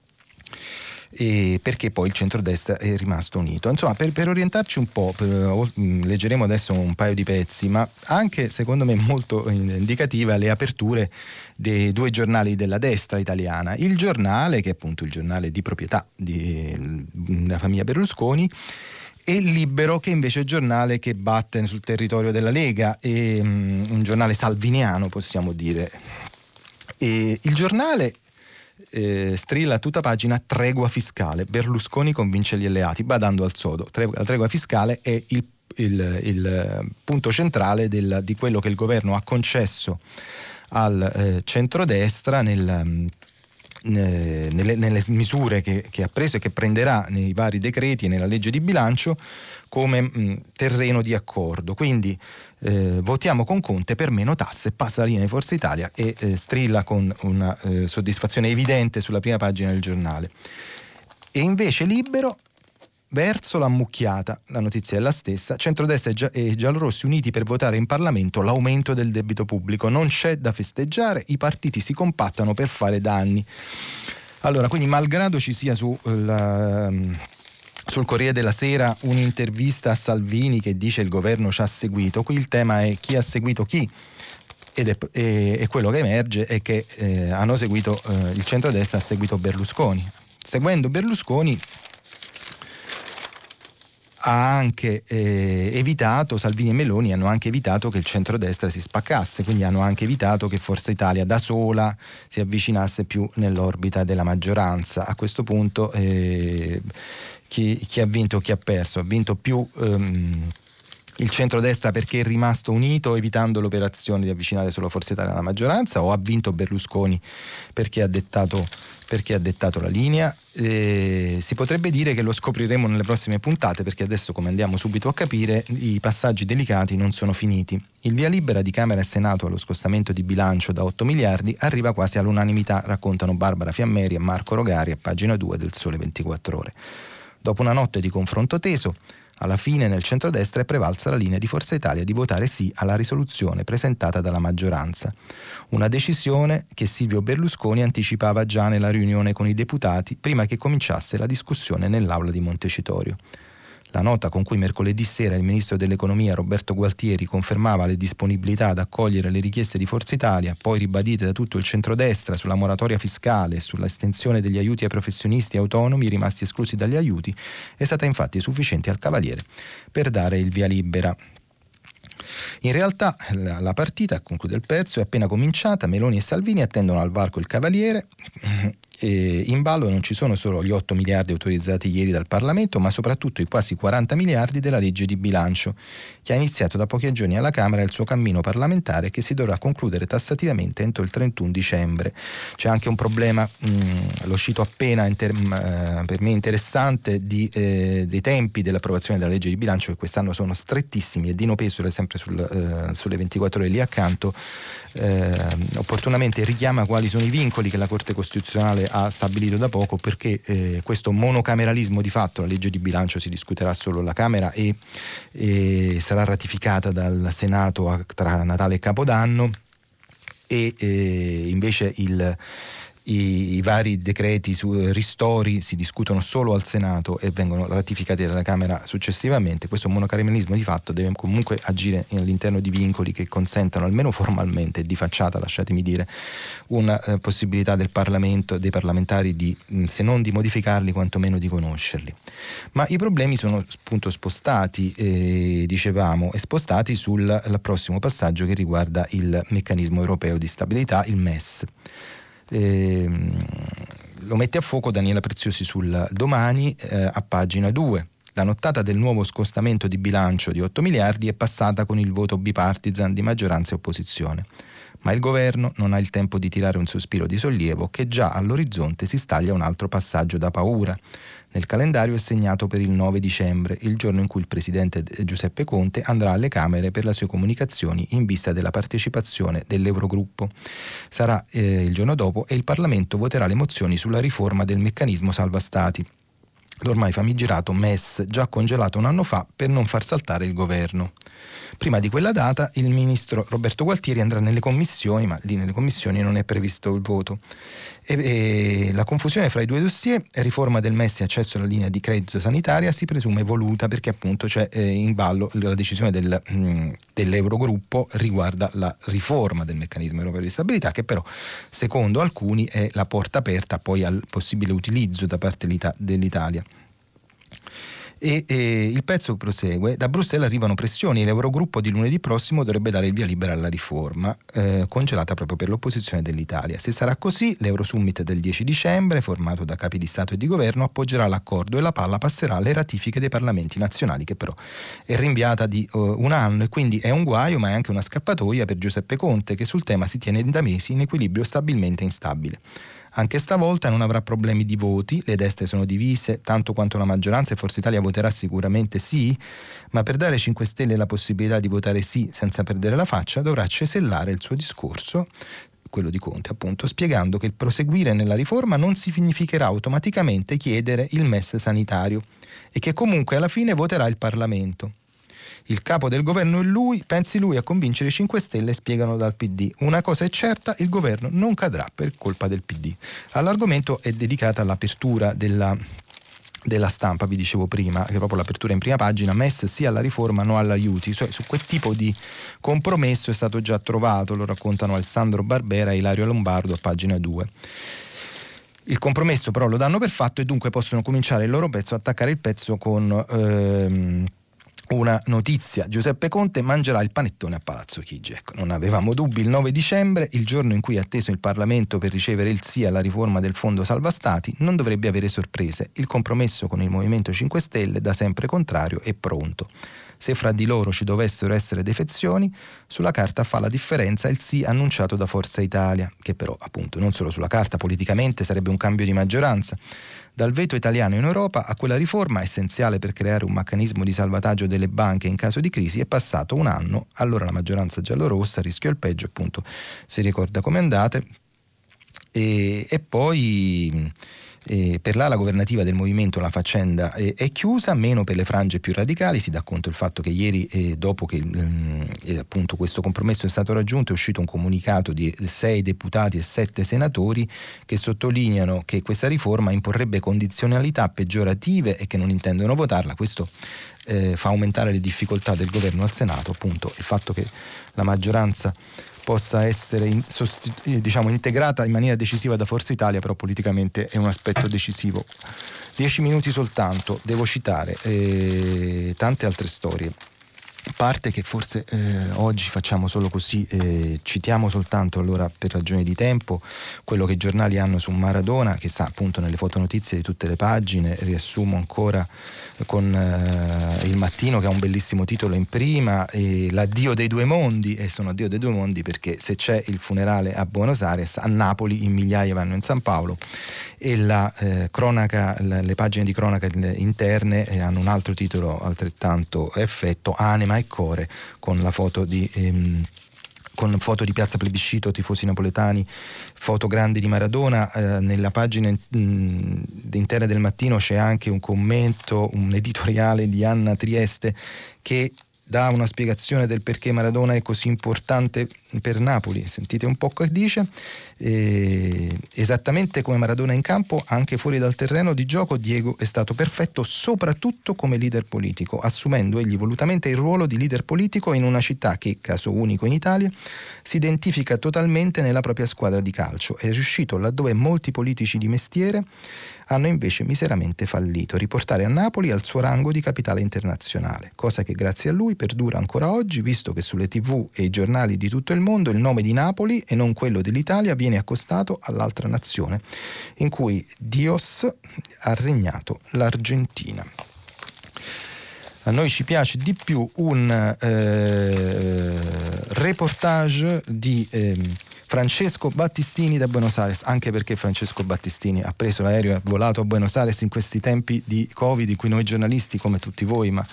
e perché poi il centrodestra è rimasto unito. Insomma, per orientarci un po', leggeremo adesso un paio di pezzi, ma anche secondo me molto indicativa le aperture dei due giornali della destra italiana. Il Giornale, che è appunto il giornale di proprietà della famiglia Berlusconi, e Libero, che invece è il giornale che batte sul territorio della Lega, e un giornale salviniano, possiamo dire. E il Giornale strilla a tutta pagina: tregua fiscale, Berlusconi convince gli alleati, badando al sodo. La tregua fiscale è il punto centrale di quello che il governo ha concesso al centrodestra nelle misure che ha preso e che prenderà nei vari decreti e nella legge di bilancio come terreno di accordo. Quindi votiamo con Conte per meno tasse, passa la linea di Forza Italia, e strilla con una soddisfazione evidente sulla prima pagina del giornale. E invece Libero, verso l'ammucchiata, la notizia è la stessa: centrodestra e giallorossi uniti per votare in Parlamento l'aumento del debito pubblico, non c'è da festeggiare, i partiti si compattano per fare danni. Allora, quindi, malgrado ci sia sul Corriere della Sera un'intervista a Salvini che dice il governo ci ha seguito, qui il tema è chi ha seguito chi, e quello che emerge è che hanno seguito il centrodestra, ha seguito Berlusconi. Seguendo Berlusconi ha anche evitato, Salvini e Meloni hanno anche evitato che il centrodestra si spaccasse, quindi hanno anche evitato che Forza Italia da sola si avvicinasse più nell'orbita della maggioranza. A questo punto chi ha vinto o chi ha perso? Ha vinto più il centrodestra perché è rimasto unito evitando l'operazione di avvicinare solo Forza Italia alla maggioranza, o ha vinto Berlusconi perché ha dettato la linea? Si potrebbe dire che lo scopriremo nelle prossime puntate, perché adesso, come andiamo subito a capire, i passaggi delicati non sono finiti. Il via libera di Camera e Senato allo scostamento di bilancio da 8 miliardi arriva quasi all'unanimità, raccontano Barbara Fiammeri e Marco Rogari a pagina 2 del Sole 24 Ore. Dopo una notte di confronto teso, alla fine nel centrodestra è prevalsa la linea di Forza Italia di votare sì alla risoluzione presentata dalla maggioranza. Una decisione che Silvio Berlusconi anticipava già nella riunione con i deputati prima che cominciasse la discussione nell'aula di Montecitorio. La nota con cui mercoledì sera il ministro dell'economia Roberto Gualtieri confermava le disponibilità ad accogliere le richieste di Forza Italia, poi ribadite da tutto il centrodestra, sulla moratoria fiscale e sull'estensione degli aiuti ai professionisti autonomi rimasti esclusi dagli aiuti, è stata infatti sufficiente al Cavaliere per dare il via libera. In realtà la partita, conclude il pezzo, è appena cominciata. Meloni e Salvini attendono al varco il Cavaliere. In ballo non ci sono solo gli 8 miliardi autorizzati ieri dal Parlamento, ma soprattutto i quasi 40 miliardi della legge di bilancio, che ha iniziato da pochi giorni alla Camera il suo cammino parlamentare, che si dovrà concludere tassativamente entro il 31 dicembre. C'è anche un problema, lo cito appena, per me interessante, dei tempi dell'approvazione della legge di bilancio, che quest'anno sono strettissimi, e Dino Pesole, sempre sulle 24 ore lì accanto, opportunamente richiama quali sono i vincoli che la Corte Costituzionale ha stabilito da poco, perché questo monocameralismo di fatto, la legge di bilancio si discuterà solo alla Camera e sarà ratificata dal Senato tra Natale e Capodanno, e invece i vari decreti su ristori si discutono solo al Senato e vengono ratificati dalla Camera successivamente. Questo monocameralismo di fatto deve comunque agire all'interno di vincoli che consentano, almeno formalmente e di facciata, lasciatemi dire, una possibilità del Parlamento, dei parlamentari, di, se non di modificarli, quantomeno di conoscerli. Ma i problemi sono appunto spostati, dicevamo, e spostati sul prossimo passaggio che riguarda il meccanismo europeo di stabilità, il MES. Lo mette a fuoco Daniela Preziosi sul Domani, a pagina 2. La nottata del nuovo scostamento di bilancio di 8 miliardi è passata con il voto bipartisan di maggioranza e opposizione, ma il governo non ha il tempo di tirare un sospiro di sollievo, che già all'orizzonte si staglia un altro passaggio da paura. Nel calendario è segnato per il 9 dicembre, il giorno in cui il presidente Giuseppe Conte andrà alle Camere per le sue comunicazioni in vista della partecipazione dell'Eurogruppo. Sarà il giorno dopo e il Parlamento voterà le mozioni sulla riforma del meccanismo salva stati, l'ormai famigerato MES, già congelato un anno fa per non far saltare il governo. Prima di quella data il ministro Roberto Gualtieri andrà nelle commissioni, ma lì nelle commissioni non è previsto il voto. E la confusione fra i due dossier, riforma del MES e accesso alla linea di credito sanitaria, si presume voluta perché appunto c'è in ballo la decisione dell'Eurogruppo riguarda la riforma del meccanismo europeo di stabilità, che però secondo alcuni è la porta aperta poi al possibile utilizzo da parte dell'Italia. E il pezzo prosegue: da Bruxelles arrivano pressioni, l'Eurogruppo di lunedì prossimo dovrebbe dare il via libera alla riforma congelata proprio per l'opposizione dell'Italia. Se sarà così, l'Eurosummit del 10 dicembre, formato da capi di Stato e di Governo, appoggerà l'accordo e la palla passerà alle ratifiche dei parlamenti nazionali, che però è rinviata di un anno, e quindi è un guaio ma è anche una scappatoia per Giuseppe Conte, che sul tema si tiene da mesi in equilibrio stabilmente instabile. Anche stavolta non avrà problemi di voti, le destre sono divise tanto quanto la maggioranza e Forza Italia voterà sicuramente sì, ma per dare ai 5 Stelle la possibilità di votare sì senza perdere la faccia dovrà cesellare il suo discorso, quello di Conte appunto, spiegando che il proseguire nella riforma non significherà automaticamente chiedere il MES sanitario e che comunque alla fine voterà il Parlamento. Il capo del governo è lui, pensi lui a convincere i 5 Stelle, spiegano dal PD. Una cosa è certa, il governo non cadrà per colpa del PD. All'argomento è dedicata l'apertura della Stampa, vi dicevo prima, che è proprio l'apertura in prima pagina: MES sì alla riforma, no all'aiuti. Su quel tipo di compromesso è stato già trovato, lo raccontano Alessandro Barbera e Ilario Lombardo a pagina 2. Il compromesso però lo danno per fatto e dunque possono cominciare il loro pezzo, attaccare il pezzo con una notizia: Giuseppe Conte mangerà il panettone a Palazzo Chigi. Ecco, non avevamo dubbi, il 9 dicembre, il giorno in cui è atteso il Parlamento per ricevere il sì alla riforma del Fondo Salva Stati, non dovrebbe avere sorprese. Il compromesso con il Movimento 5 Stelle, da sempre contrario, è pronto. Se fra di loro ci dovessero essere defezioni, sulla carta fa la differenza il sì annunciato da Forza Italia, che però appunto non solo sulla carta, politicamente sarebbe un cambio di maggioranza. Dal veto italiano in Europa a quella riforma, essenziale per creare un meccanismo di salvataggio delle banche in caso di crisi, è passato un anno. Allora la maggioranza giallorossa rischiò il peggio, appunto si ricorda come è andata, e poi per l'ala governativa del movimento la faccenda è chiusa, meno per le frange più radicali. Si dà conto il fatto che ieri, dopo che appunto questo compromesso è stato raggiunto, è uscito un comunicato di 6 deputati e 7 senatori che sottolineano che questa riforma imporrebbe condizionalità peggiorative e che non intendono votarla. Questo fa aumentare le difficoltà del governo al Senato, appunto il fatto che la maggioranza possa essere integrata in maniera decisiva da Forza Italia, però politicamente è un aspetto decisivo. 10 minuti soltanto, devo citare tante altre storie. Parte che forse oggi facciamo solo così, citiamo soltanto allora per ragioni di tempo quello che i giornali hanno su Maradona, che sta appunto nelle fotonotizie di tutte le pagine. Riassumo ancora con Il Mattino, che ha un bellissimo titolo in prima, l'addio dei due mondi, e sono addio dei due mondi perché se c'è il funerale a Buenos Aires, a Napoli in migliaia vanno in San Paolo, e la cronaca, le pagine di cronaca interne hanno un altro titolo altrettanto effetto: Anima e Core, con la foto di Piazza Plebiscito, tifosi napoletani, foto grandi di Maradona. Nella pagina interne del Mattino c'è anche un commento, un editoriale di Anna Trieste che dà una spiegazione del perché Maradona è così importante per Napoli. Sentite un po' che dice: esattamente come Maradona in campo, anche fuori dal terreno di gioco Diego è stato perfetto, soprattutto come leader politico, assumendo egli volutamente il ruolo di leader politico in una città che, caso unico in Italia, si identifica totalmente nella propria squadra di calcio. È riuscito laddove molti politici di mestiere hanno invece miseramente fallito: riportare a Napoli al suo rango di capitale internazionale, cosa che grazie a lui perdura ancora oggi, visto che sulle TV e i giornali di tutto il mondo il nome di Napoli e non quello dell'Italia viene accostato all'altra nazione in cui Dios ha regnato, l'Argentina. A noi ci piace di più un reportage di Francesco Battistini da Buenos Aires, anche perché Francesco Battistini ha preso l'aereo e ha volato a Buenos Aires in questi tempi di Covid, in cui noi giornalisti, come tutti voi, ma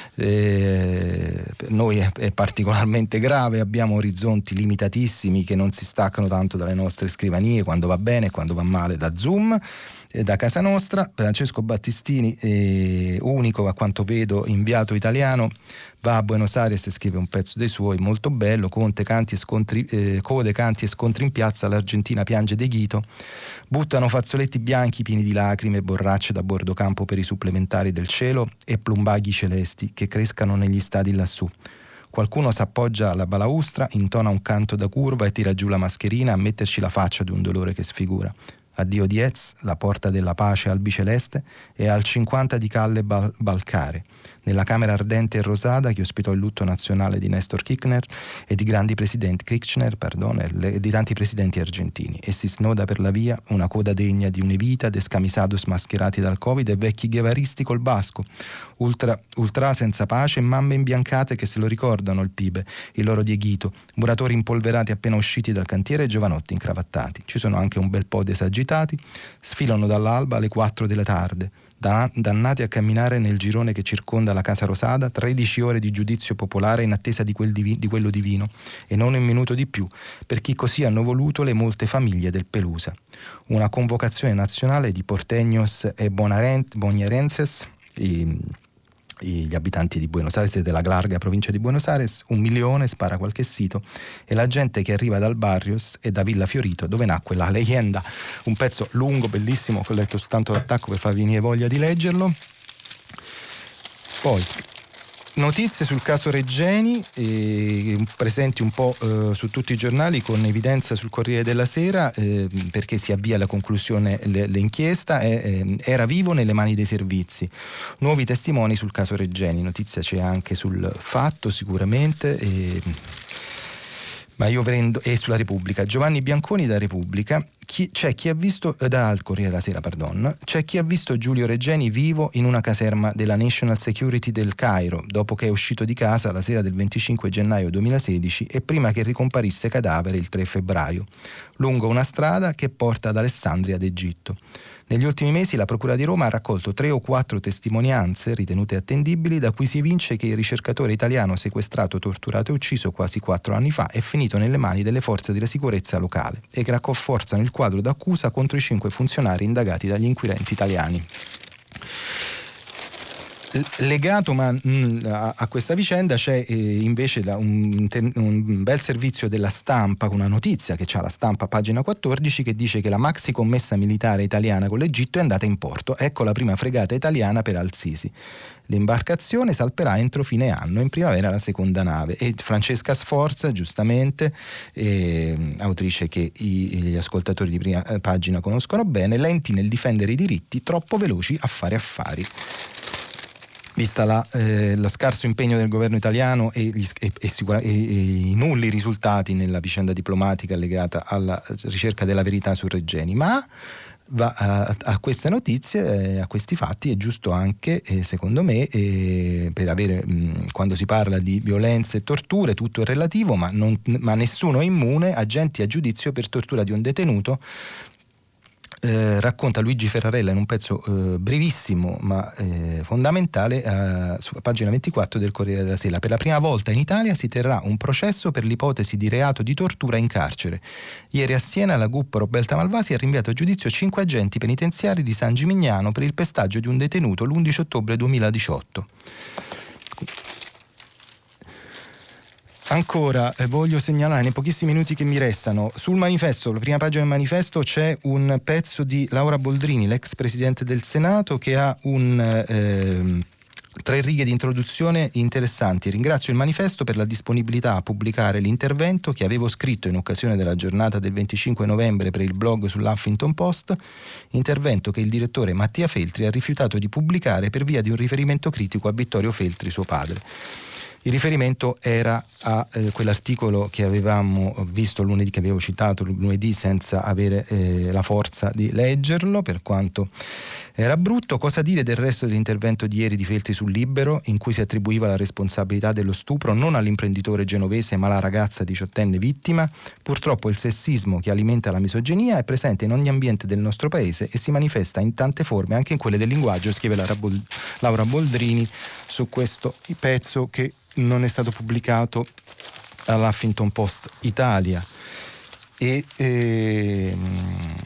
per noi è particolarmente grave, abbiamo orizzonti limitatissimi che non si staccano tanto dalle nostre scrivanie, quando va bene e quando va male da Zoom. da casa nostra. Francesco Battistini, unico a quanto vedo inviato italiano, va a Buenos Aires e scrive un pezzo dei suoi molto bello. Code, canti e scontri in piazza, l'Argentina piange De Guito, buttano fazzoletti bianchi pieni di lacrime, borracce da bordo campo per i supplementari del cielo e plumbaghi celesti che crescano negli stadi lassù. Qualcuno s'appoggia alla balaustra, intona un canto da curva e tira giù la mascherina a metterci la faccia di un dolore che sfigura. Addio Diez, la porta della pace albiceleste, e al 50 di Calle Balcare, nella camera ardente e rosada che ospitò il lutto nazionale di Nestor Kirchner e di grandi presidenti e di tanti presidenti argentini, e si snoda per la via una coda degna di un'evita descamisados mascherati dal Covid e vecchi guevaristi col basco, ultra senza pace e mamme imbiancate che se lo ricordano il Pibe, il loro Dieghito, muratori impolverati appena usciti dal cantiere e giovanotti incravattati. Ci sono anche un bel po' desagitati, sfilano dall'alba alle 4 della tarde, dannati a camminare nel girone che circonda la Casa Rosada, 13 ore di giudizio popolare in attesa di quello divino, e non un minuto di più, per chi così hanno voluto le molte famiglie del Pelusa. Una convocazione nazionale di porteños e bonaerenses, gli abitanti di Buenos Aires e della larga provincia di Buenos Aires, 1 milione, spara qualche sito, e la gente che arriva dal Barrios e da Villa Fiorito, dove nacque la Leyenda. Un pezzo lungo, bellissimo, che ho letto soltanto l'attacco per farvi venire voglia di leggerlo. Poi notizie sul caso Regeni, presenti un po' su tutti i giornali, con evidenza sul Corriere della Sera, perché si avvia la conclusione l'inchiesta. Era vivo nelle mani dei servizi. Nuovi testimoni sul caso Regeni. Notizia c'è anche sul Fatto sicuramente, ma io prendo, e sulla Repubblica. Giovanni Bianconi da Repubblica. C'è chi ha visto dal Corriere della Sera, c'è chi ha visto Giulio Regeni vivo in una caserma della National Security del Cairo, dopo che è uscito di casa la sera del 25 gennaio 2016 e prima che ricomparisse cadavere il 3 febbraio, lungo una strada che porta ad Alessandria d'Egitto. Negli ultimi mesi la Procura di Roma ha raccolto 3 o 4 testimonianze ritenute attendibili, da cui si evince che il ricercatore italiano sequestrato, torturato e ucciso quasi 4 anni fa è finito nelle mani delle forze della sicurezza locale e che rafforzano il quadro d'accusa contro i 5 funzionari indagati dagli inquirenti italiani. Legato a questa vicenda c'è invece un bel servizio della Stampa, con una notizia che c'ha la Stampa, pagina 14, che dice che la maxi commessa militare italiana con l'Egitto è andata in porto. Ecco la prima fregata italiana per Al-Sisi. L'imbarcazione salperà entro fine anno, in primavera la seconda nave. E Francesca Sforza, giustamente, autrice che gli ascoltatori di prima pagina conoscono bene, lenti nel difendere i diritti, troppo veloci a fare affari. Vista lo scarso impegno del governo italiano e i nulli risultati nella vicenda diplomatica legata alla ricerca della verità su Regeni, ma a queste notizie, a questi fatti è giusto anche, secondo me, per avere, quando si parla di violenze e torture, tutto è relativo, ma nessuno è immune. Agenti a giudizio per tortura di un detenuto. Racconta Luigi Ferrarella in un pezzo brevissimo ma fondamentale, sulla pagina 24 del Corriere della Sera. Per la prima volta in Italia si terrà un processo per l'ipotesi di reato di tortura in carcere. Ieri a Siena la GUP Roberta Malvasi ha rinviato a giudizio 5 agenti penitenziari di San Gimignano per il pestaggio di un detenuto l'11 ottobre 2018. Ancora voglio segnalare, nei pochissimi minuti che mi restano, sul Manifesto, la prima pagina del Manifesto, c'è un pezzo di Laura Boldrini, l'ex presidente del Senato, che ha 3 righe di introduzione interessanti. Ringrazio il Manifesto per la disponibilità a pubblicare l'intervento che avevo scritto in occasione della giornata del 25 novembre per il blog sull'Huffington Post, intervento che il direttore Mattia Feltri ha rifiutato di pubblicare per via di un riferimento critico a Vittorio Feltri, suo padre. Il riferimento era a quell'articolo che avevamo visto lunedì, che avevo citato lunedì senza avere la forza di leggerlo, per quanto era brutto. Cosa dire del resto dell'intervento di ieri di Feltri sul Libero, in cui si attribuiva la responsabilità dello stupro non all'imprenditore genovese ma alla ragazza 18enne vittima? Purtroppo il sessismo che alimenta la misoginia è presente in ogni ambiente del nostro paese e si manifesta in tante forme, anche in quelle del linguaggio, scrive Laura Boldrini su questo pezzo che non è stato pubblicato all'Huffington Post Italia.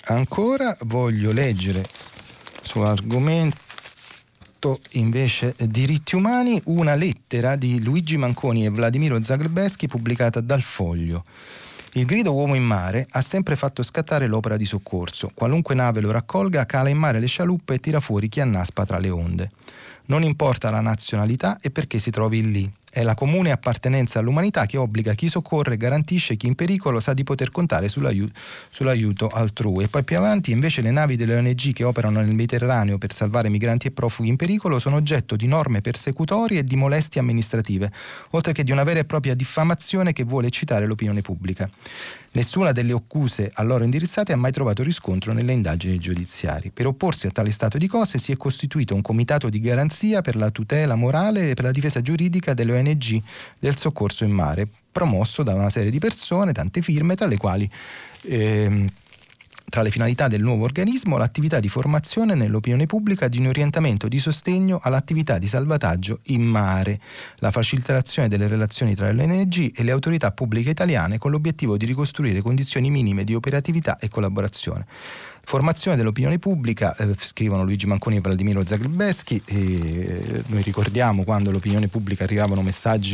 Ancora voglio leggere sull'argomento invece diritti umani una lettera di Luigi Manconi e Vladimiro Zagrebelsky pubblicata dal Foglio. Il grido uomo in mare ha sempre fatto scattare l'opera di soccorso. Qualunque nave lo raccolga, cala in mare le scialuppe e tira fuori chi annaspa tra le onde. Non importa la nazionalità e perché si trovi lì. È la comune appartenenza all'umanità che obbliga chi soccorre e garantisce chi in pericolo sa di poter contare sull'aiuto altrui. E poi più avanti, invece, le navi delle ONG che operano nel Mediterraneo per salvare migranti e profughi in pericolo sono oggetto di norme persecutorie e di molestie amministrative, oltre che di una vera e propria diffamazione che vuole eccitare l'opinione pubblica. Nessuna delle accuse a loro indirizzate ha mai trovato riscontro nelle indagini giudiziarie. Per opporsi a tale stato di cose si è costituito un comitato di garanzia per la tutela morale e per la difesa giuridica delle ONG del soccorso in mare, promosso da una serie di persone, tante firme, tra le quali tra le finalità del nuovo organismo l'attività di formazione nell'opinione pubblica di un orientamento di sostegno all'attività di salvataggio in mare, la facilitazione delle relazioni tra le ONG e le autorità pubbliche italiane con l'obiettivo di ricostruire condizioni minime di operatività e collaborazione. Formazione dell'opinione pubblica, scrivono Luigi Manconi e Vladimiro Zagrebelsky, noi ricordiamo quando all'opinione pubblica arrivavano messaggi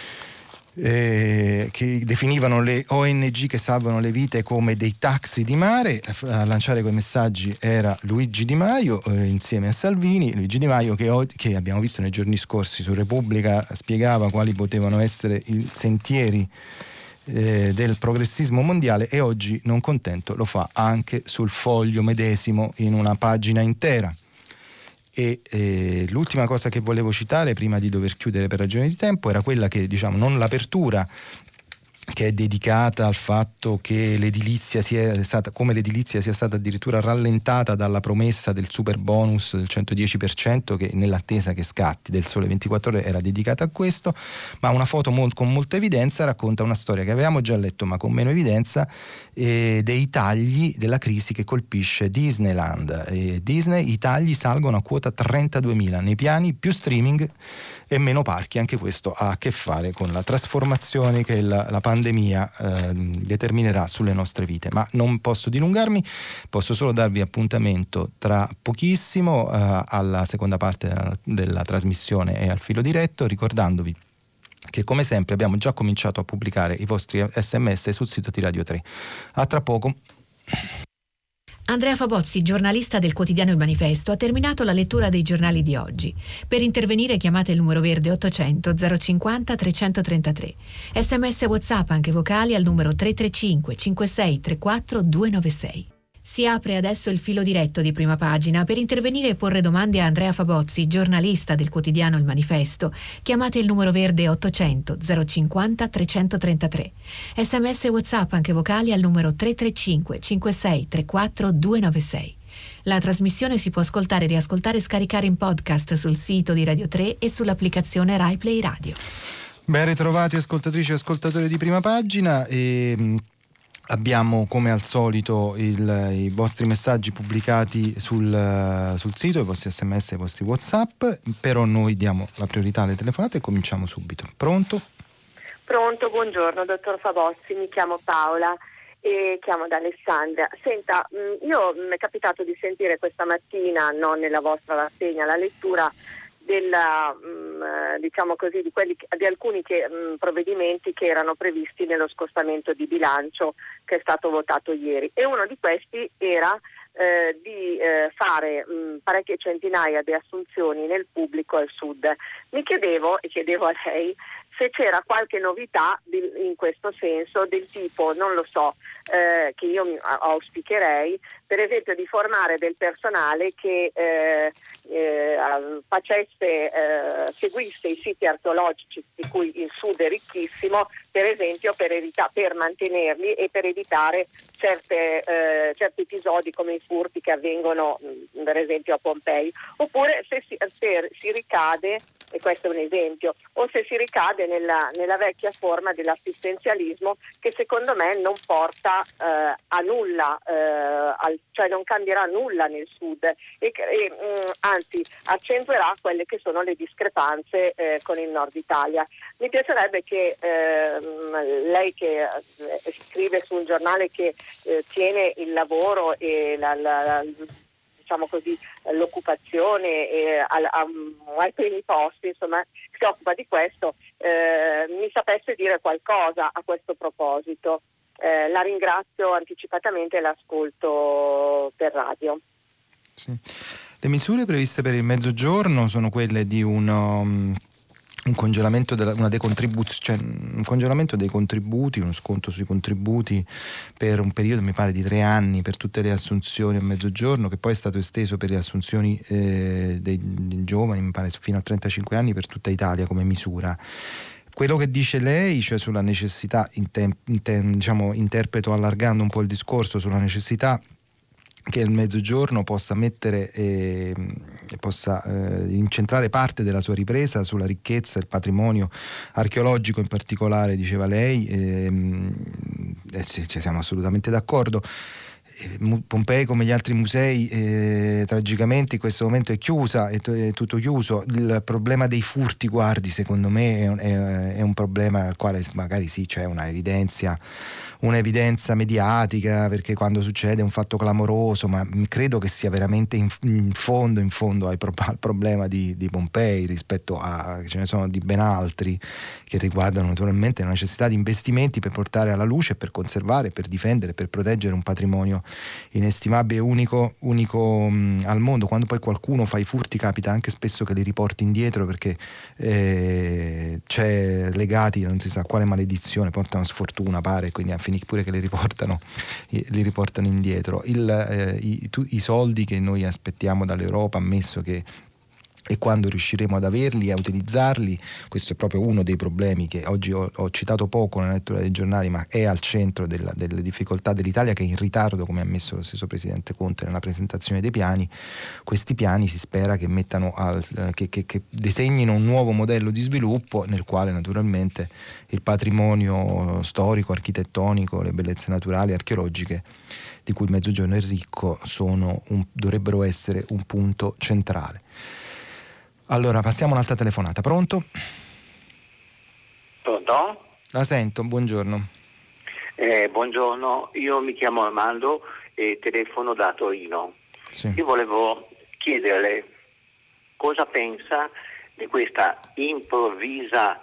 che definivano le ONG che salvano le vite come dei taxi di mare. A lanciare quei messaggi era Luigi Di Maio insieme a Salvini. Luigi Di Maio che abbiamo visto nei giorni scorsi su Repubblica spiegava quali potevano essere i sentieri del progressismo mondiale, e oggi, non contento, lo fa anche sul Foglio medesimo in una pagina intera. E l'ultima cosa che volevo citare prima di dover chiudere per ragioni di tempo era quella che, non l'apertura, che è dedicata al fatto che l'edilizia sia stata addirittura rallentata dalla promessa del super bonus del 110%, che nell'attesa che scatti del Sole 24 Ore era dedicata a questo, ma una foto con molta evidenza racconta una storia che avevamo già letto ma con meno evidenza, dei tagli della crisi che colpisce Disneyland. Disney, i tagli salgono a quota 32.000 nei piani, più streaming e meno parchi. Anche questo ha a che fare con la trasformazione che la pandemia determinerà sulle nostre vite. Ma non posso dilungarmi, posso solo darvi appuntamento tra pochissimo alla seconda parte della trasmissione e al filo diretto, ricordandovi che come sempre abbiamo già cominciato a pubblicare i vostri SMS sul sito di Radio 3. A tra poco. Andrea Fabozzi, giornalista del quotidiano Il Manifesto, ha terminato la lettura dei giornali di oggi. Per intervenire chiamate il numero verde 800 050 333. SMS WhatsApp anche vocali al numero 335 56 34 296. Si apre adesso il filo diretto di Prima Pagina. Per intervenire e porre domande a Andrea Fabozzi, giornalista del quotidiano Il Manifesto, chiamate il numero verde 800 050 333. SMS WhatsApp anche vocali al numero 335 56 34 296. La trasmissione si può ascoltare, riascoltare e scaricare in podcast sul sito di Radio 3 e sull'applicazione Rai Play Radio. Ben ritrovati ascoltatrici e ascoltatori di Prima Pagina. Abbiamo come al solito i vostri messaggi pubblicati sul sito, i vostri SMS e i vostri WhatsApp, però noi diamo la priorità alle telefonate e cominciamo subito. Pronto? Pronto, buongiorno dottor Fabozzi, mi chiamo Paola e chiamo da Alessandria. Senta, io mi è capitato di sentire questa mattina, non nella vostra rassegna, la lettura diciamo così, di alcuni provvedimenti che erano previsti nello scostamento di bilancio che è stato votato ieri, e uno di questi era di fare parecchie centinaia di assunzioni nel pubblico al sud. Mi chiedevo, e chiedevo a lei, se c'era qualche novità in questo senso, del tipo, non lo so, che io auspicherei, per esempio di formare del personale che seguisse i siti archeologici di cui il sud è ricchissimo, per esempio per mantenerli e per evitare certi episodi come i furti che avvengono per esempio a Pompei, oppure se si ricade e questo è un esempio, o se si ricade nella vecchia forma dell'assistenzialismo che secondo me non porta a nulla, cioè non cambierà nulla nel Sud e anzi accentuerà quelle che sono le discrepanze con il Nord Italia. Mi piacerebbe che lei che scrive su un giornale che tiene il lavoro e diciamo così, l'occupazione ai primi posti, insomma, si occupa di questo, mi sapesse dire qualcosa a questo proposito. La ringrazio anticipatamente e l'ascolto per radio. Sì. Le misure previste per il Mezzogiorno sono quelle di un congelamento un congelamento dei contributi, uno sconto sui contributi per un periodo, mi pare, di 3 anni per tutte le assunzioni a Mezzogiorno, che poi è stato esteso per le assunzioni dei giovani, mi pare fino a 35 anni per tutta Italia come misura. Quello che dice lei, cioè sulla necessità, diciamo, interpreto allargando un po' il discorso, sulla necessità che il Mezzogiorno possa mettere possa incentrare parte della sua ripresa sulla ricchezza, il patrimonio archeologico in particolare, diceva lei, ci siamo assolutamente d'accordo. Pompei, come gli altri musei, tragicamente in questo momento è chiusa, è tutto chiuso. Il problema dei furti, guardi, secondo me è un problema al quale magari sì, c'è un'evidenza mediatica, perché quando succede un fatto clamoroso, ma credo che sia veramente in fondo al problema di Pompei, rispetto a ce ne sono di ben altri che riguardano naturalmente la necessità di investimenti per portare alla luce, per conservare, per difendere, per proteggere un patrimonio inestimabile e unico al mondo. Quando poi qualcuno fa i furti capita anche spesso che li riporti indietro, perché c'è legati, non si sa quale maledizione, portano sfortuna, pare, quindi a finire pure che li riportano indietro. I soldi che noi aspettiamo dall'Europa, ammesso che e quando riusciremo ad averli e a utilizzarli, questo è proprio uno dei problemi che oggi ho citato poco nella lettura dei giornali, ma è al centro delle difficoltà dell'Italia, che è in ritardo, come ha ammesso lo stesso Presidente Conte nella presentazione dei piani. Questi piani si spera che che disegnino un nuovo modello di sviluppo nel quale naturalmente il patrimonio storico, architettonico, le bellezze naturali, archeologiche di cui il Mezzogiorno è ricco dovrebbero essere un punto centrale. Allora, passiamo a un'altra telefonata. Pronto? Pronto? La sento, buongiorno. Buongiorno, io mi chiamo Armando e telefono da Torino. Sì. Io volevo chiederle cosa pensa di questa improvvisa,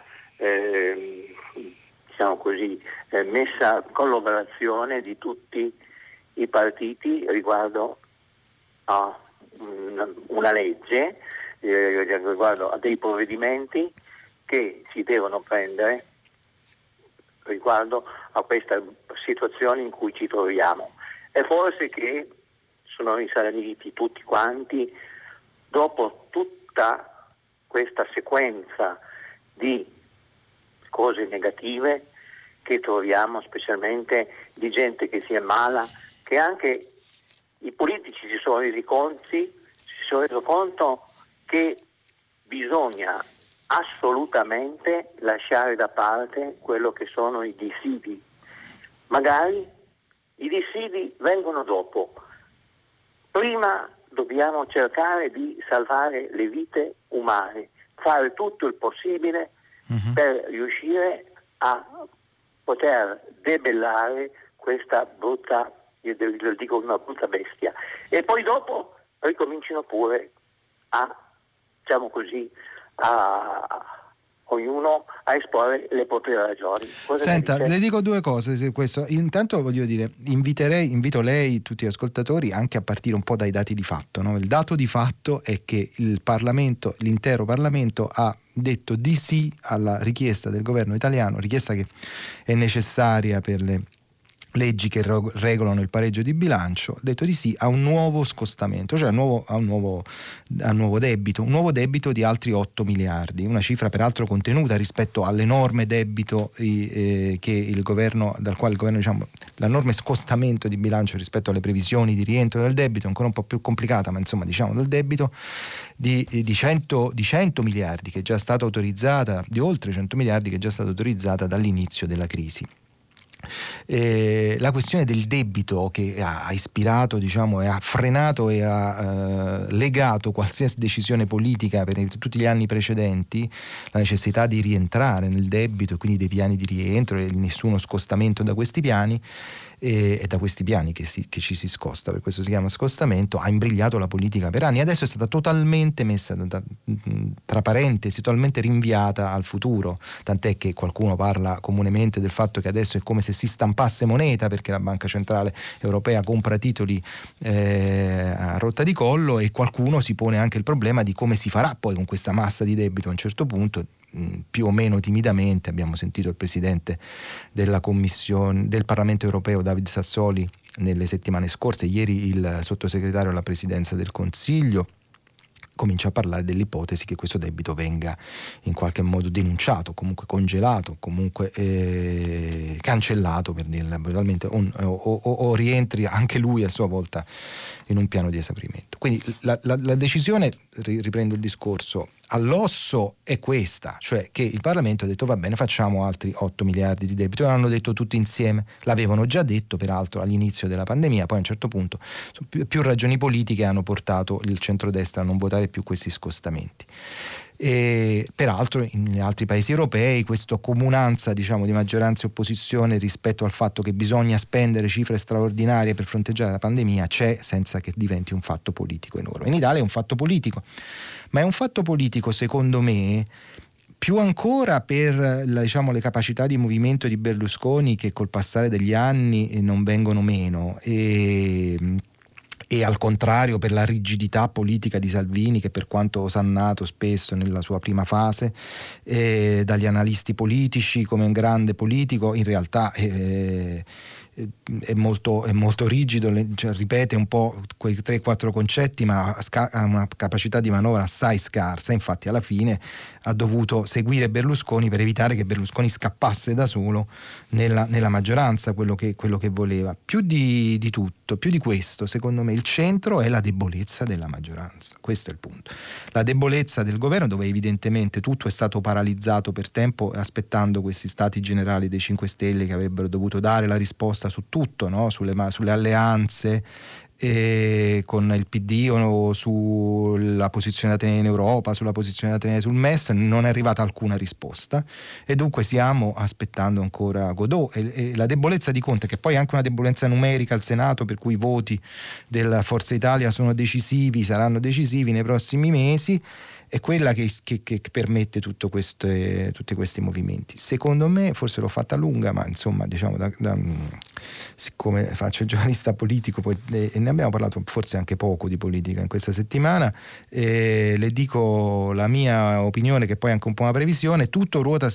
diciamo così, messa collaborazione di tutti i partiti riguardo a una legge, riguardo a dei provvedimenti che si devono prendere riguardo a questa situazione in cui ci troviamo. E forse che sono risaliti tutti quanti dopo tutta questa sequenza di cose negative che troviamo, specialmente di gente che si ammala, che anche i politici si sono resi conto che bisogna assolutamente lasciare da parte quello che sono i dissidi. Magari i dissidi vengono dopo. Prima dobbiamo cercare di salvare le vite umane, fare tutto il possibile per riuscire a poter debellare questa brutta, io dico una brutta bestia, e poi dopo ricominciano pure a, diciamo così, ognuno a esporre le proprie ragioni. Senta, le dico due cose su questo. Intanto voglio dire, invito lei, tutti gli ascoltatori, anche a partire un po' dai dati di fatto, no? Il dato di fatto è che l'intero Parlamento ha detto di sì alla richiesta del governo italiano, richiesta che è necessaria per le leggi che regolano il pareggio di bilancio, ha detto di sì a un nuovo scostamento, cioè a un nuovo debito di altri 8 miliardi, una cifra peraltro contenuta rispetto all'enorme debito che il governo, dal quale il governo, diciamo, l'enorme scostamento di bilancio rispetto alle previsioni di rientro del debito, ancora un po' più complicata, ma insomma diciamo del debito di 100 miliardi che è già stata autorizzata, di oltre 100 miliardi che è già stata autorizzata dall'inizio della crisi. La questione del debito che ha ispirato, diciamo, e ha frenato e ha legato qualsiasi decisione politica per tutti gli anni precedenti, la necessità di rientrare nel debito e quindi dei piani di rientro e nessuno scostamento da questi piani, e da questi piani che ci si scosta, per questo si chiama scostamento, ha imbrigliato la politica per anni. Adesso è stata totalmente messa tra parentesi, totalmente rinviata al futuro, tant'è che qualcuno parla comunemente del fatto che adesso è come se si stampasse moneta, perché la Banca Centrale Europea compra titoli a rotta di collo, e qualcuno si pone anche il problema di come si farà poi con questa massa di debito a un certo punto. Più o meno timidamente abbiamo sentito il presidente della Commissione del Parlamento Europeo David Sassoli nelle settimane scorse, ieri il sottosegretario alla Presidenza del Consiglio comincia a parlare dell'ipotesi che questo debito venga in qualche modo denunciato, comunque congelato, comunque cancellato, per dirla brutalmente, o rientri anche lui a sua volta in un piano di esaurimento. Quindi la decisione, riprendo il discorso, all'osso è questa, cioè che il Parlamento ha detto va bene, facciamo altri 8 miliardi di debito, l'hanno detto tutti insieme, l'avevano già detto peraltro all'inizio della pandemia, poi a un certo punto più ragioni politiche hanno portato il centrodestra a non votare più questi scostamenti. E peraltro in altri paesi europei questa comunanza, diciamo, di maggioranza e opposizione rispetto al fatto che bisogna spendere cifre straordinarie per fronteggiare la pandemia c'è, senza che diventi un fatto politico enorme. In Italia è un fatto politico, ma è un fatto politico secondo me più ancora per diciamo, le capacità di movimento di Berlusconi, che col passare degli anni non vengono meno, e al contrario per la rigidità politica di Salvini, che per quanto osannato spesso nella sua prima fase dagli analisti politici come un grande politico, in realtà è molto rigido, cioè, ripete un po' quei 3-4 concetti, ma ha una capacità di manovra assai scarsa. Infatti alla fine ha dovuto seguire Berlusconi per evitare che Berlusconi scappasse da solo nella maggioranza, quello che voleva. Più di tutto, più di questo, secondo me il centro è la debolezza della maggioranza. Questo è il punto, la debolezza del governo, dove evidentemente tutto è stato paralizzato per tempo, aspettando questi stati generali dei 5 Stelle che avrebbero dovuto dare la risposta su tutto, no? sulle alleanze con il PD o sulla posizione da tenere in Europa, sulla posizione da tenere sul MES. Non è arrivata alcuna risposta e dunque stiamo aspettando ancora Godot, e la debolezza di Conte, che poi è anche una debolezza numerica al Senato, per cui i voti della Forza Italia saranno decisivi nei prossimi mesi, è quella che permette tutti questi movimenti. Secondo me, forse l'ho fatta lunga, ma insomma, diciamo, siccome faccio il giornalista politico, poi, e ne abbiamo parlato forse anche poco di politica in questa settimana, le dico la mia opinione, che poi è anche un po' una previsione. Tutto ruota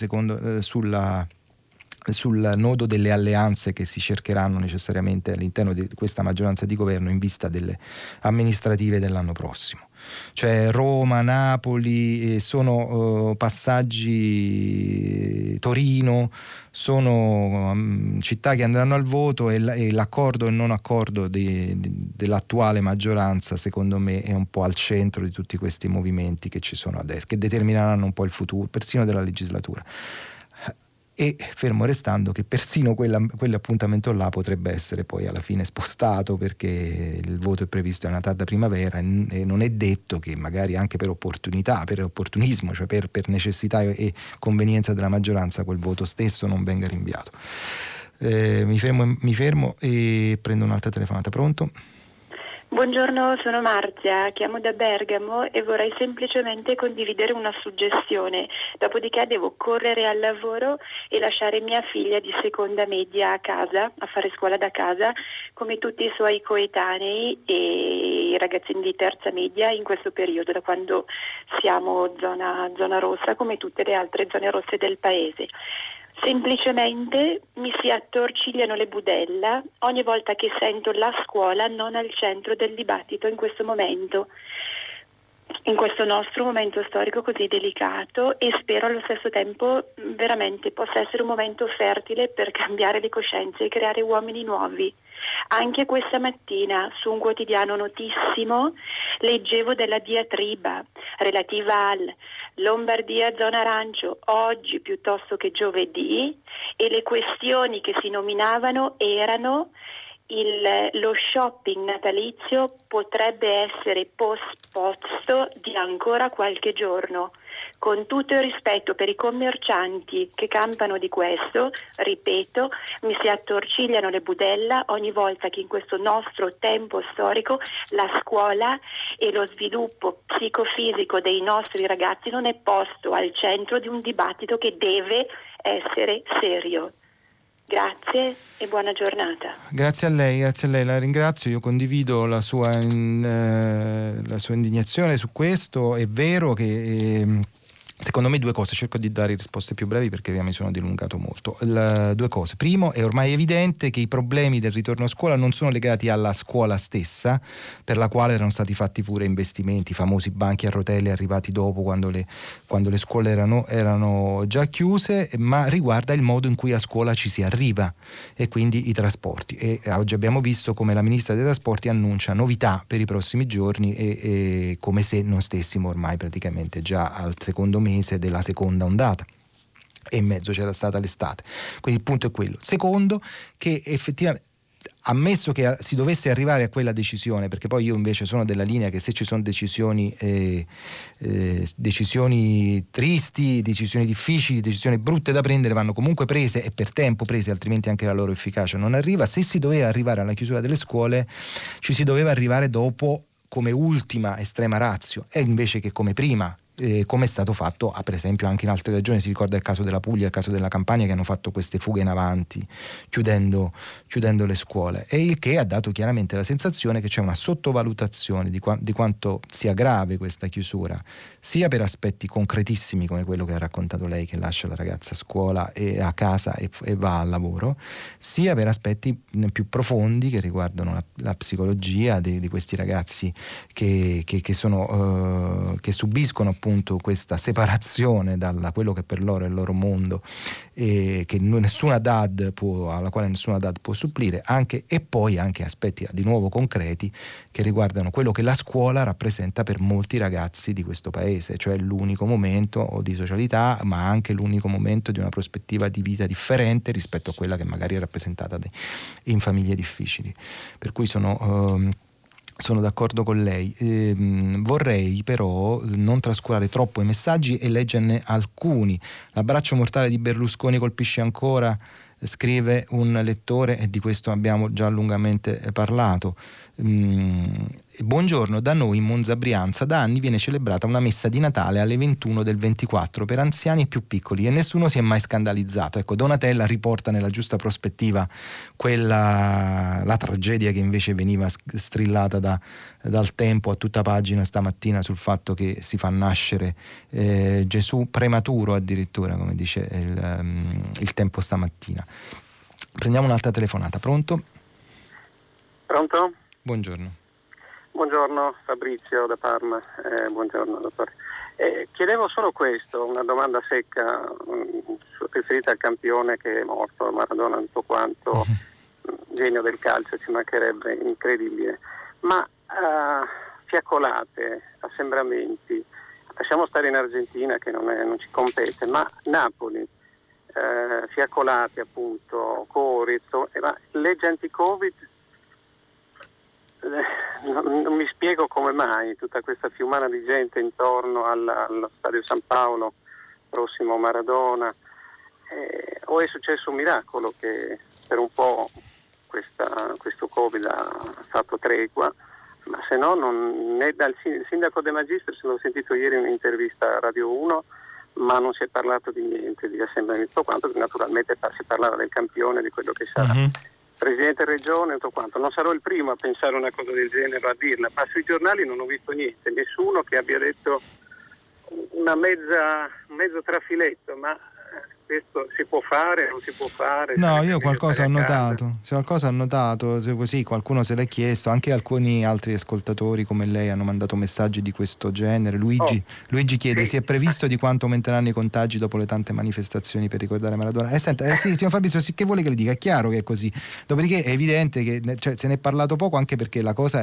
sul nodo delle alleanze che si cercheranno necessariamente all'interno di questa maggioranza di governo in vista delle amministrative dell'anno prossimo. Cioè Roma, Napoli sono passaggi, Torino sono città che andranno al voto, e l'accordo e il non accordo dell'attuale maggioranza secondo me è un po' al centro di tutti questi movimenti che ci sono adesso, che determineranno un po' il futuro persino della legislatura. E fermo restando che persino quell'appuntamento là potrebbe essere poi alla fine spostato, perché il voto è previsto a una tarda primavera e non è detto che magari anche per opportunità, per opportunismo, cioè per necessità e convenienza della maggioranza, quel voto stesso non venga rinviato. Mi fermo e prendo un'altra telefonata. Pronto? Buongiorno, sono Marzia, chiamo da Bergamo e vorrei semplicemente condividere una suggestione, dopodiché devo correre al lavoro e lasciare mia figlia di seconda media a casa, a fare scuola da casa, come tutti i suoi coetanei e i ragazzini di terza media in questo periodo, da quando siamo zona rossa, come tutte le altre zone rosse del paese. Semplicemente mi si attorcigliano le budella ogni volta che sento la scuola non al centro del dibattito in questo momento, in questo nostro momento storico così delicato, e spero allo stesso tempo veramente possa essere un momento fertile per cambiare le coscienze e creare uomini nuovi. Anche questa mattina su un quotidiano notissimo leggevo della diatriba relativa al Lombardia zona arancio oggi piuttosto che giovedì, e le questioni che si nominavano erano lo shopping natalizio potrebbe essere posposto di ancora qualche giorno. Con tutto il rispetto per i commercianti che campano di questo, ripeto, mi si attorcigliano le budella ogni volta che in questo nostro tempo storico la scuola e lo sviluppo psicofisico dei nostri ragazzi non è posto al centro di un dibattito che deve essere serio. Grazie e buona giornata. Grazie a lei, la ringrazio. Io condivido la sua indignazione su questo. È vero che secondo me due cose, cerco di dare risposte più brevi perché mi sono dilungato molto. Due cose: primo, è ormai evidente che i problemi del ritorno a scuola non sono legati alla scuola stessa, per la quale erano stati fatti pure investimenti, i famosi banchi a rotelle arrivati dopo, quando le scuole erano già chiuse, ma riguarda il modo in cui a scuola ci si arriva e quindi i trasporti. E oggi abbiamo visto come la ministra dei trasporti annuncia novità per i prossimi giorni, e come se non stessimo ormai praticamente già al secondo mese della seconda ondata, e in mezzo c'era stata l'estate. Quindi il punto è quello. Secondo, che effettivamente, ammesso che si dovesse arrivare a quella decisione, perché poi io invece sono della linea che se ci sono decisioni tristi, decisioni difficili, decisioni brutte da prendere, vanno comunque prese e per tempo prese, altrimenti anche la loro efficacia non arriva. Se si doveva arrivare alla chiusura delle scuole, ci si doveva arrivare dopo come ultima estrema ratio, e invece che come prima, come è stato fatto per esempio anche in altre regioni. Si ricorda il caso della Puglia, il caso della Campania, che hanno fatto queste fughe in avanti chiudendo le scuole, e il che ha dato chiaramente la sensazione che c'è una sottovalutazione di quanto sia grave questa chiusura, sia per aspetti concretissimi come quello che ha raccontato lei, che lascia la ragazza a scuola e a casa e va al lavoro, sia per aspetti più profondi che riguardano la psicologia di questi ragazzi che subiscono appunto questa separazione da quello che per loro è il loro mondo, che alla quale nessuna DAD può supplire, e poi anche aspetti di nuovo concreti che riguardano quello che la scuola rappresenta per molti ragazzi di questo paese, cioè l'unico momento di socialità, ma anche l'unico momento di una prospettiva di vita differente rispetto a quella che magari è rappresentata in famiglie difficili. Per cui sono d'accordo con lei. Vorrei però non trascurare troppo i messaggi e leggerne alcuni. L'abbraccio mortale di Berlusconi colpisce ancora, scrive un lettore, e di questo abbiamo già lungamente parlato. Buongiorno, da noi in Monza Brianza da anni viene celebrata una messa di Natale alle 21 del 24 per anziani e più piccoli, e nessuno si è mai scandalizzato. Ecco, Donatella riporta nella giusta prospettiva la tragedia che invece veniva strillata dal Tempo a tutta pagina stamattina sul fatto che si fa nascere Gesù prematuro, addirittura, come dice il Tempo stamattina. Prendiamo un'altra telefonata. Pronto? Pronto? Buongiorno. Buongiorno, Fabrizio da Parma. Buongiorno dottore. Chiedevo solo questo, una domanda secca riferita al campione che è morto, Maradona, tutto quanto, genio del calcio, ci mancherebbe, incredibile. Ma fiaccolate, assembramenti, lasciamo stare in Argentina che non ci compete, ma Napoli, fiaccolate appunto, cori, ma legge anti-Covid. Non mi spiego come mai tutta questa fiumana di gente intorno allo stadio San Paolo, prossimo Maradona, o è successo un miracolo che per un po' questo Covid ha fatto tregua, ma se no non è dal sindaco De Magistris, l'ho sentito ieri in un'intervista a Radio 1, ma non si è parlato di niente, di assembramento, quanto naturalmente si parlava del campione, di quello che sarà. Presidente Regione, tutto quanto. Non sarò il primo a pensare una cosa del genere, a dirla, ma sui giornali non ho visto niente, nessuno che abbia detto un mezzo trafiletto, ma questo si può fare, non si può fare? No, io qualcosa ho notato, se qualcosa ho notato, se così qualcuno se l'è chiesto, anche alcuni altri ascoltatori come lei hanno mandato messaggi di questo genere. Luigi chiede: si è previsto di quanto aumenteranno i contagi dopo le tante manifestazioni per ricordare Maradona? Senta, sì, signor Fabrizio, sì, che vuole che le dica? È chiaro che è così. Dopodiché è evidente che se ne è parlato poco, anche perché la cosa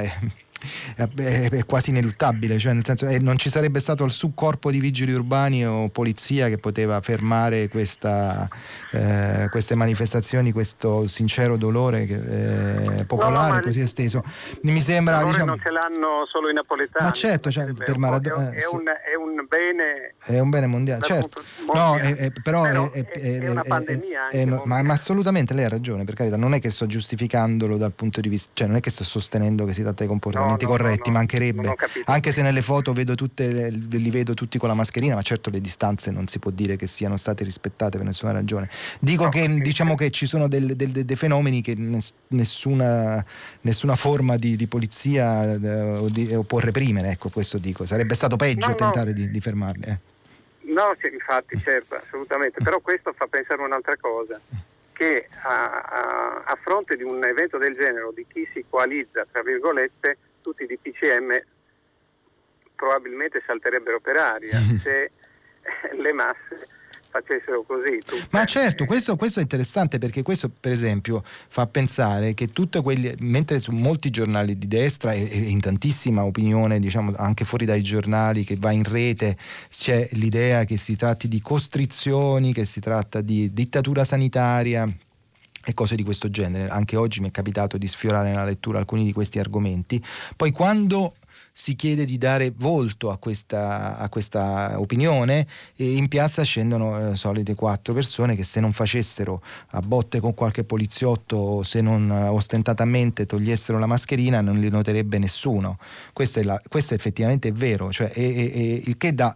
è quasi ineluttabile, cioè nel senso non ci sarebbe stato il subcorpo di vigili urbani o polizia che poteva fermare queste manifestazioni, questo sincero dolore popolare così esteso. Mi sembra, non ce l'hanno solo i napoletani, ma certo, cioè, per Maradona è un bene, è un bene mondiale, certo. Mondiale. Però è una pandemia ma assolutamente lei ha ragione, per carità, non è che sto giustificandolo dal punto di vista, cioè non è che sto sostenendo che si tratta di comportamenti corretti, mancherebbe, anche se nelle foto li vedo tutti con la mascherina, ma certo le distanze non si può dire che siano state rispettate per nessuna ragione. Dico diciamo che ci sono dei fenomeni che nessuna forma di polizia può reprimere, ecco, questo dico. Sarebbe stato peggio tentare di fermarli. No, sì, infatti, certo, assolutamente, però questo fa pensare un'altra cosa, che a fronte di un evento del genere o di chi si coalizza, tra virgolette, tutti i DPCM probabilmente salterebbero per aria se le masse facessero così. Ma certo, questo è interessante, perché questo per esempio fa pensare che tutte quelli, mentre su molti giornali di destra e in tantissima opinione, diciamo anche fuori dai giornali che va in rete, c'è l'idea che si tratti di costrizioni, che si tratta di dittatura sanitaria e cose di questo genere. Anche oggi mi è capitato di sfiorare nella lettura alcuni di questi argomenti. Poi quando si chiede di dare volto a questa opinione, in piazza scendono solite 4 persone che, se non facessero a botte con qualche poliziotto, se non ostentatamente togliessero la mascherina, non li noterebbe nessuno. Questo effettivamente è vero, cioè il che dà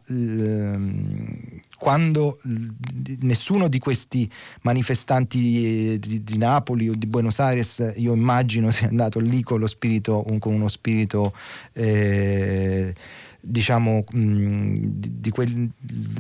quando nessuno di questi manifestanti di Napoli o di Buenos Aires, io immagino, sia andato lì con uno spirito diciamo di quelli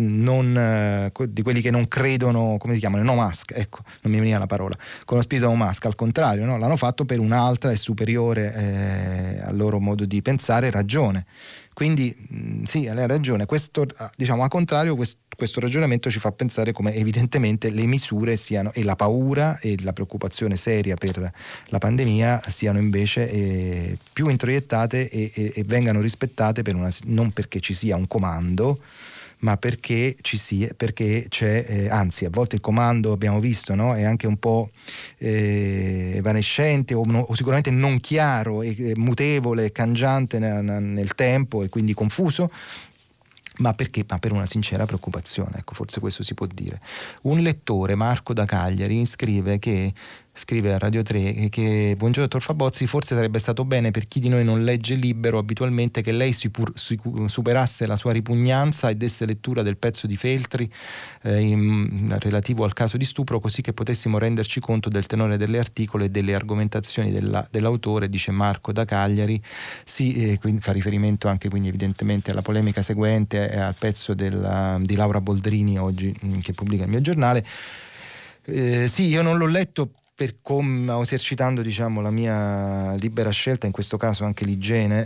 che non credono, come si chiamano, no mask, ecco, non mi veniva la parola, con lo spirito no mask. Al contrario, no? L'hanno fatto per un'altra e superiore al loro modo di pensare ragione. Quindi sì, lei ha ragione. Questo, diciamo, al contrario, questo ragionamento ci fa pensare come evidentemente le misure siano, e la paura e la preoccupazione seria per la pandemia siano invece più introiettate e vengano rispettate non perché ci sia un comando, ma perché c'è, anzi, a volte il comando, abbiamo visto, no? È anche un po' evanescente o sicuramente non chiaro, e mutevole, cangiante nel tempo e quindi confuso. Ma perché? Ma per una sincera preoccupazione, ecco, forse questo si può dire. Un lettore, Marco da Cagliari, scrive a Radio 3 che buongiorno dottor Fabozzi, forse sarebbe stato bene per chi di noi non legge Libero abitualmente che lei superasse la sua ripugnanza e desse lettura del pezzo di Feltri relativo al caso di stupro, così che potessimo renderci conto del tenore delle articoli e delle argomentazioni dell'autore, dice Marco da Cagliari. Quindi fa riferimento anche quindi evidentemente alla polemica seguente al pezzo di Laura Boldrini oggi che pubblica il mio giornale. Sì, io non l'ho letto per come esercitando, diciamo, la mia libera scelta, in questo caso anche l'igiene,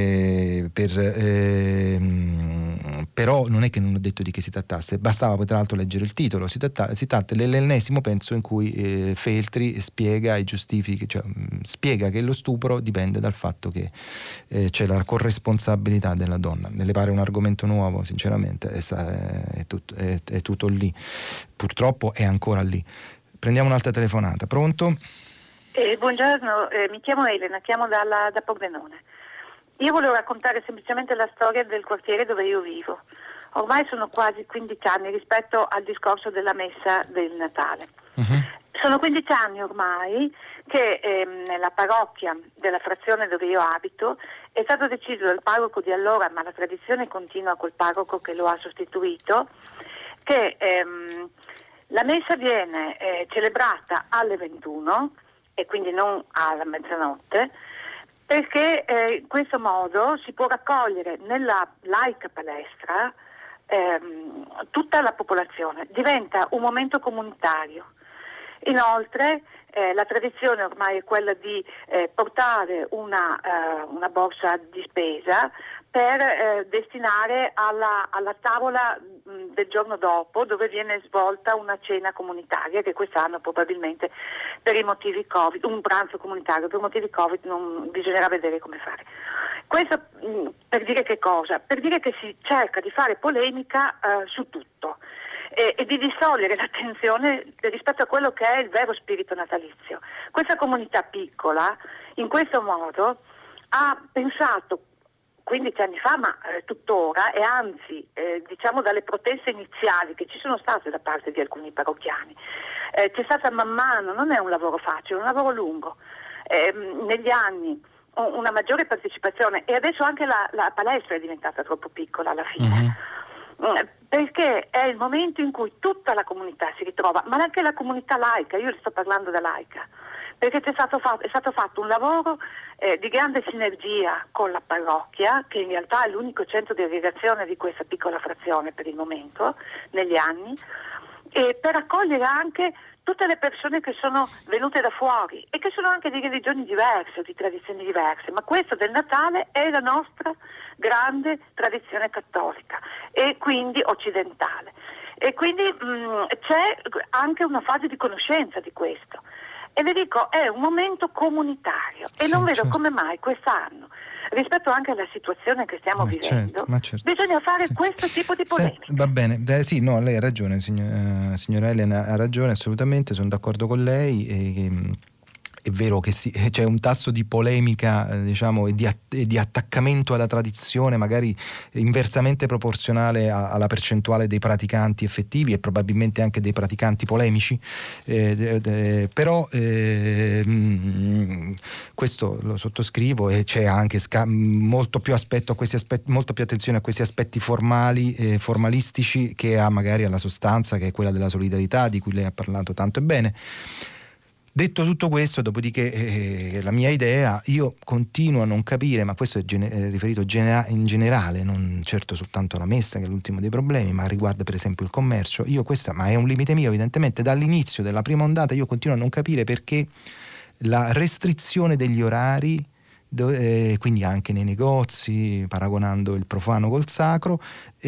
però non è che non ho detto di che si trattasse, bastava poi tra l'altro leggere il titolo. Si tratta dell'ennesimo pezzo in cui Feltri spiega e giustifica, cioè spiega che lo stupro dipende dal fatto che c'è la corresponsabilità della donna. Ne le pare un argomento nuovo, sinceramente, è tutto lì, purtroppo è ancora lì. Prendiamo un'altra telefonata. Pronto? Buongiorno, mi chiamo Elena, chiamo da Pordenone. Io volevo raccontare semplicemente la storia del quartiere dove io vivo. Ormai sono quasi 15 anni rispetto al discorso della messa del Natale. Uh-huh. Sono 15 anni ormai che nella parrocchia della frazione dove io abito è stato deciso dal parroco di allora, ma la tradizione continua col parroco che lo ha sostituito, che la messa viene celebrata alle 21 e quindi non alla mezzanotte, perché in questo modo si può raccogliere nella laica palestra tutta la popolazione, diventa un momento comunitario. Inoltre la tradizione ormai è quella di portare una borsa di spesa per destinare alla tavola del giorno dopo, dove viene svolta una cena comunitaria, che quest'anno probabilmente per i motivi Covid, un pranzo comunitario per motivi Covid, non bisognerà vedere come fare. Questo per dire che cosa? Per dire che si cerca di fare polemica su tutto e di distogliere l'attenzione rispetto a quello che è il vero spirito natalizio. Questa comunità piccola, in questo modo, ha pensato 15 anni fa, ma tuttora, e anzi diciamo dalle proteste iniziali che ci sono state da parte di alcuni parrocchiani, c'è stata man mano, non è un lavoro facile, è un lavoro lungo, negli anni una maggiore partecipazione, e adesso anche la palestra è diventata troppo piccola alla fine, perché è il momento in cui tutta la comunità si ritrova, ma anche la comunità laica. Io le sto parlando da laica, perché è stato fatto un lavoro di grande sinergia con la parrocchia, che in realtà è l'unico centro di aggregazione di questa piccola frazione per il momento, negli anni, e per accogliere anche tutte le persone che sono venute da fuori e che sono anche di religioni diverse o di tradizioni diverse, ma questo del Natale è la nostra grande tradizione cattolica e quindi occidentale, e quindi c'è anche una fase di conoscenza di questo, e le dico, è un momento comunitario, e non vedo come mai quest'anno, rispetto anche alla situazione che stiamo vivendo, bisogna fare questo tipo di polemica. Va bene, sì, no, lei ha ragione, signora Elena ha ragione, assolutamente, sono d'accordo con lei. È vero che c'è un tasso di polemica, diciamo, e di attaccamento alla tradizione magari inversamente proporzionale alla percentuale dei praticanti effettivi e probabilmente anche dei praticanti polemici, però questo lo sottoscrivo, e c'è anche molto più molto più attenzione a questi aspetti formali, formalistici, che magari alla sostanza, che è quella della solidarietà di cui lei ha parlato tanto e bene. Detto tutto questo, dopodiché la mia idea, io continuo a non capire, ma questo è riferito in generale, non certo soltanto alla messa, che è l'ultimo dei problemi, ma riguarda per esempio il commercio. Ma è un limite mio evidentemente, dall'inizio della prima ondata io continuo a non capire perché la restrizione degli orari, quindi anche nei negozi, paragonando il profano col sacro,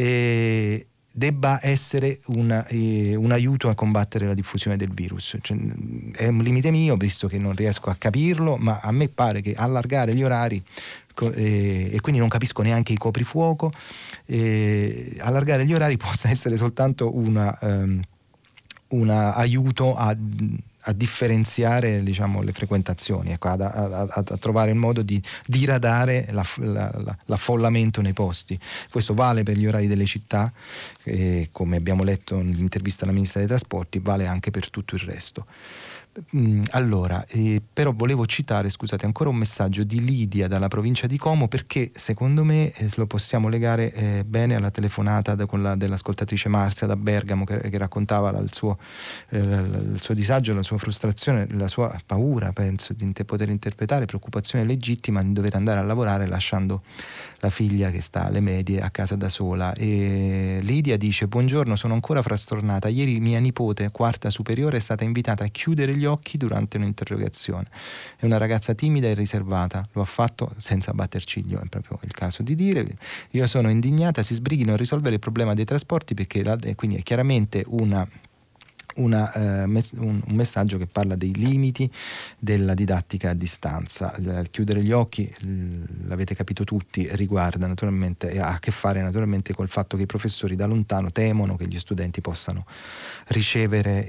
debba essere un aiuto a combattere la diffusione del virus. Cioè, è un limite mio, visto che non riesco a capirlo, ma a me pare che allargare gli orari, e quindi non capisco neanche i coprifuoco, allargare gli orari possa essere soltanto un aiuto a differenziare, diciamo, le frequentazioni, ecco, a trovare il modo di diradare l'affollamento nei posti. Questo vale per gli orari delle città, come abbiamo letto nell'intervista alla Ministra dei Trasporti, vale anche per tutto il resto. Allora, però volevo citare, scusate, ancora un messaggio di Lidia dalla provincia di Como, perché secondo me lo possiamo legare bene alla telefonata dell'ascoltatrice Marzia da Bergamo, che raccontava il suo disagio, la sua frustrazione, la sua paura, penso, di poter interpretare, preoccupazione legittima di dover andare a lavorare lasciando la figlia che sta alle medie a casa da sola. E Lidia dice: buongiorno, sono ancora frastornata. Ieri mia nipote, quarta superiore, è stata invitata a chiudere gli occhi durante un'interrogazione. È una ragazza timida e riservata, lo ha fatto senza batter ciglio, è proprio il caso di dire. Io sono indignata, si sbrighino a risolvere il problema dei trasporti, perché quindi è chiaramente un messaggio che parla dei limiti della didattica a distanza. Chiudere gli occhi, l'avete capito tutti, riguarda naturalmente e ha a che fare naturalmente col fatto che i professori da lontano temono che gli studenti possano ricevere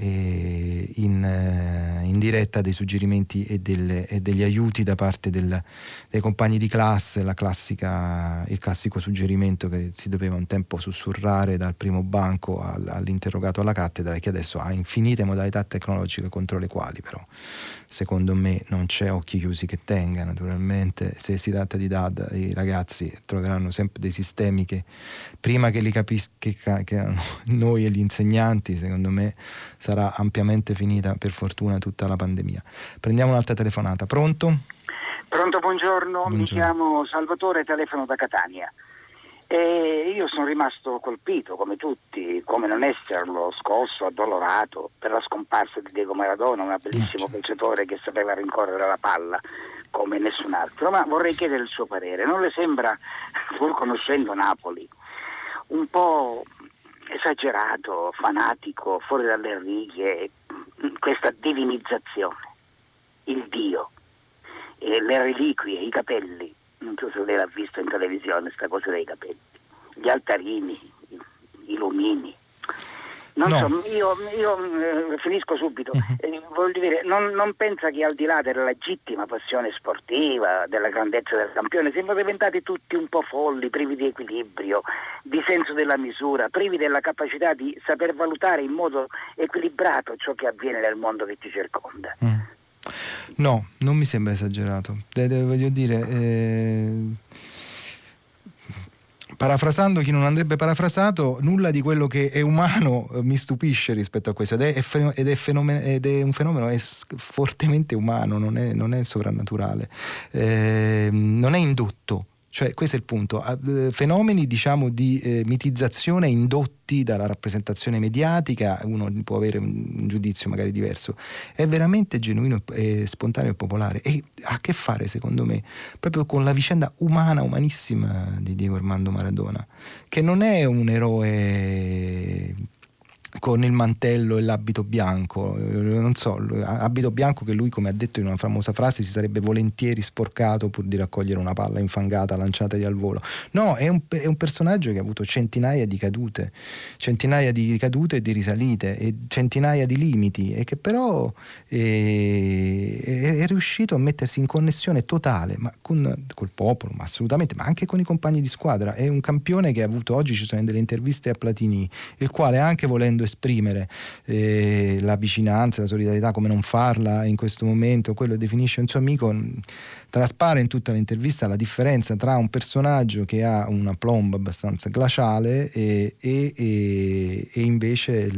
in diretta dei suggerimenti e degli aiuti da parte dei compagni di classe, il classico suggerimento che si doveva un tempo sussurrare dal primo banco all'interrogato alla cattedra, e che adesso ha infinite modalità tecnologiche contro le quali però secondo me non c'è occhi chiusi che tenga. Naturalmente, se si tratta di DAD, i ragazzi troveranno sempre dei sistemi che prima che li capiscano noi e gli insegnanti, secondo me sarà ampiamente finita, per fortuna, tutta la pandemia. Prendiamo un'altra telefonata. Pronto? Pronto, buongiorno. Mi chiamo Salvatore, telefono da Catania. E io sono rimasto colpito, come tutti, come non esserlo, scosso, addolorato per la scomparsa di Diego Maradona, un bellissimo calciatore che sapeva rincorrere la palla come nessun altro. Ma vorrei chiedere il suo parere. Non le sembra, pur conoscendo Napoli, un po' esagerato, fanatico, fuori dalle righe, questa divinizzazione, il Dio, le reliquie, i capelli? Non so se lei l'ha visto in televisione, sta cosa dei capelli, gli altarini, i lumini. Non so, io finisco subito. Voglio dire, non pensa che al di là della legittima passione sportiva, della grandezza del campione, siamo diventati tutti un po' folli, privi di equilibrio, di senso della misura, privi della capacità di saper valutare in modo equilibrato ciò che avviene nel mondo che ci circonda. No, non mi sembra esagerato. Voglio dire, parafrasando chi non andrebbe parafrasato, nulla di quello che è umano mi stupisce rispetto a questo, ed è un fenomeno fortemente umano, non è sovrannaturale, non è indotto. Cioè, questo è il punto. Fenomeni, diciamo, di mitizzazione indotti dalla rappresentazione mediatica, uno può avere un giudizio magari diverso, è veramente genuino e spontaneo e popolare, e ha a che fare, secondo me, proprio con la vicenda umanissima di Diego Armando Maradona, che non è un eroe con il mantello e l'abito bianco, non so, abito bianco che lui, come ha detto in una famosa frase, si sarebbe volentieri sporcato pur di raccogliere una palla infangata lanciatagli al volo. No, è un personaggio che ha avuto centinaia di cadute e di risalite e centinaia di limiti, e che però è riuscito a mettersi in connessione totale col popolo, ma assolutamente, ma anche con i compagni di squadra. È un campione che ha avuto, oggi ci sono delle interviste a Platini, il quale, anche volendo esprimere la vicinanza, la solidarietà, come non farla in questo momento, quello definisce un suo amico, traspare in tutta l'intervista la differenza tra un personaggio che ha una plomb abbastanza glaciale e invece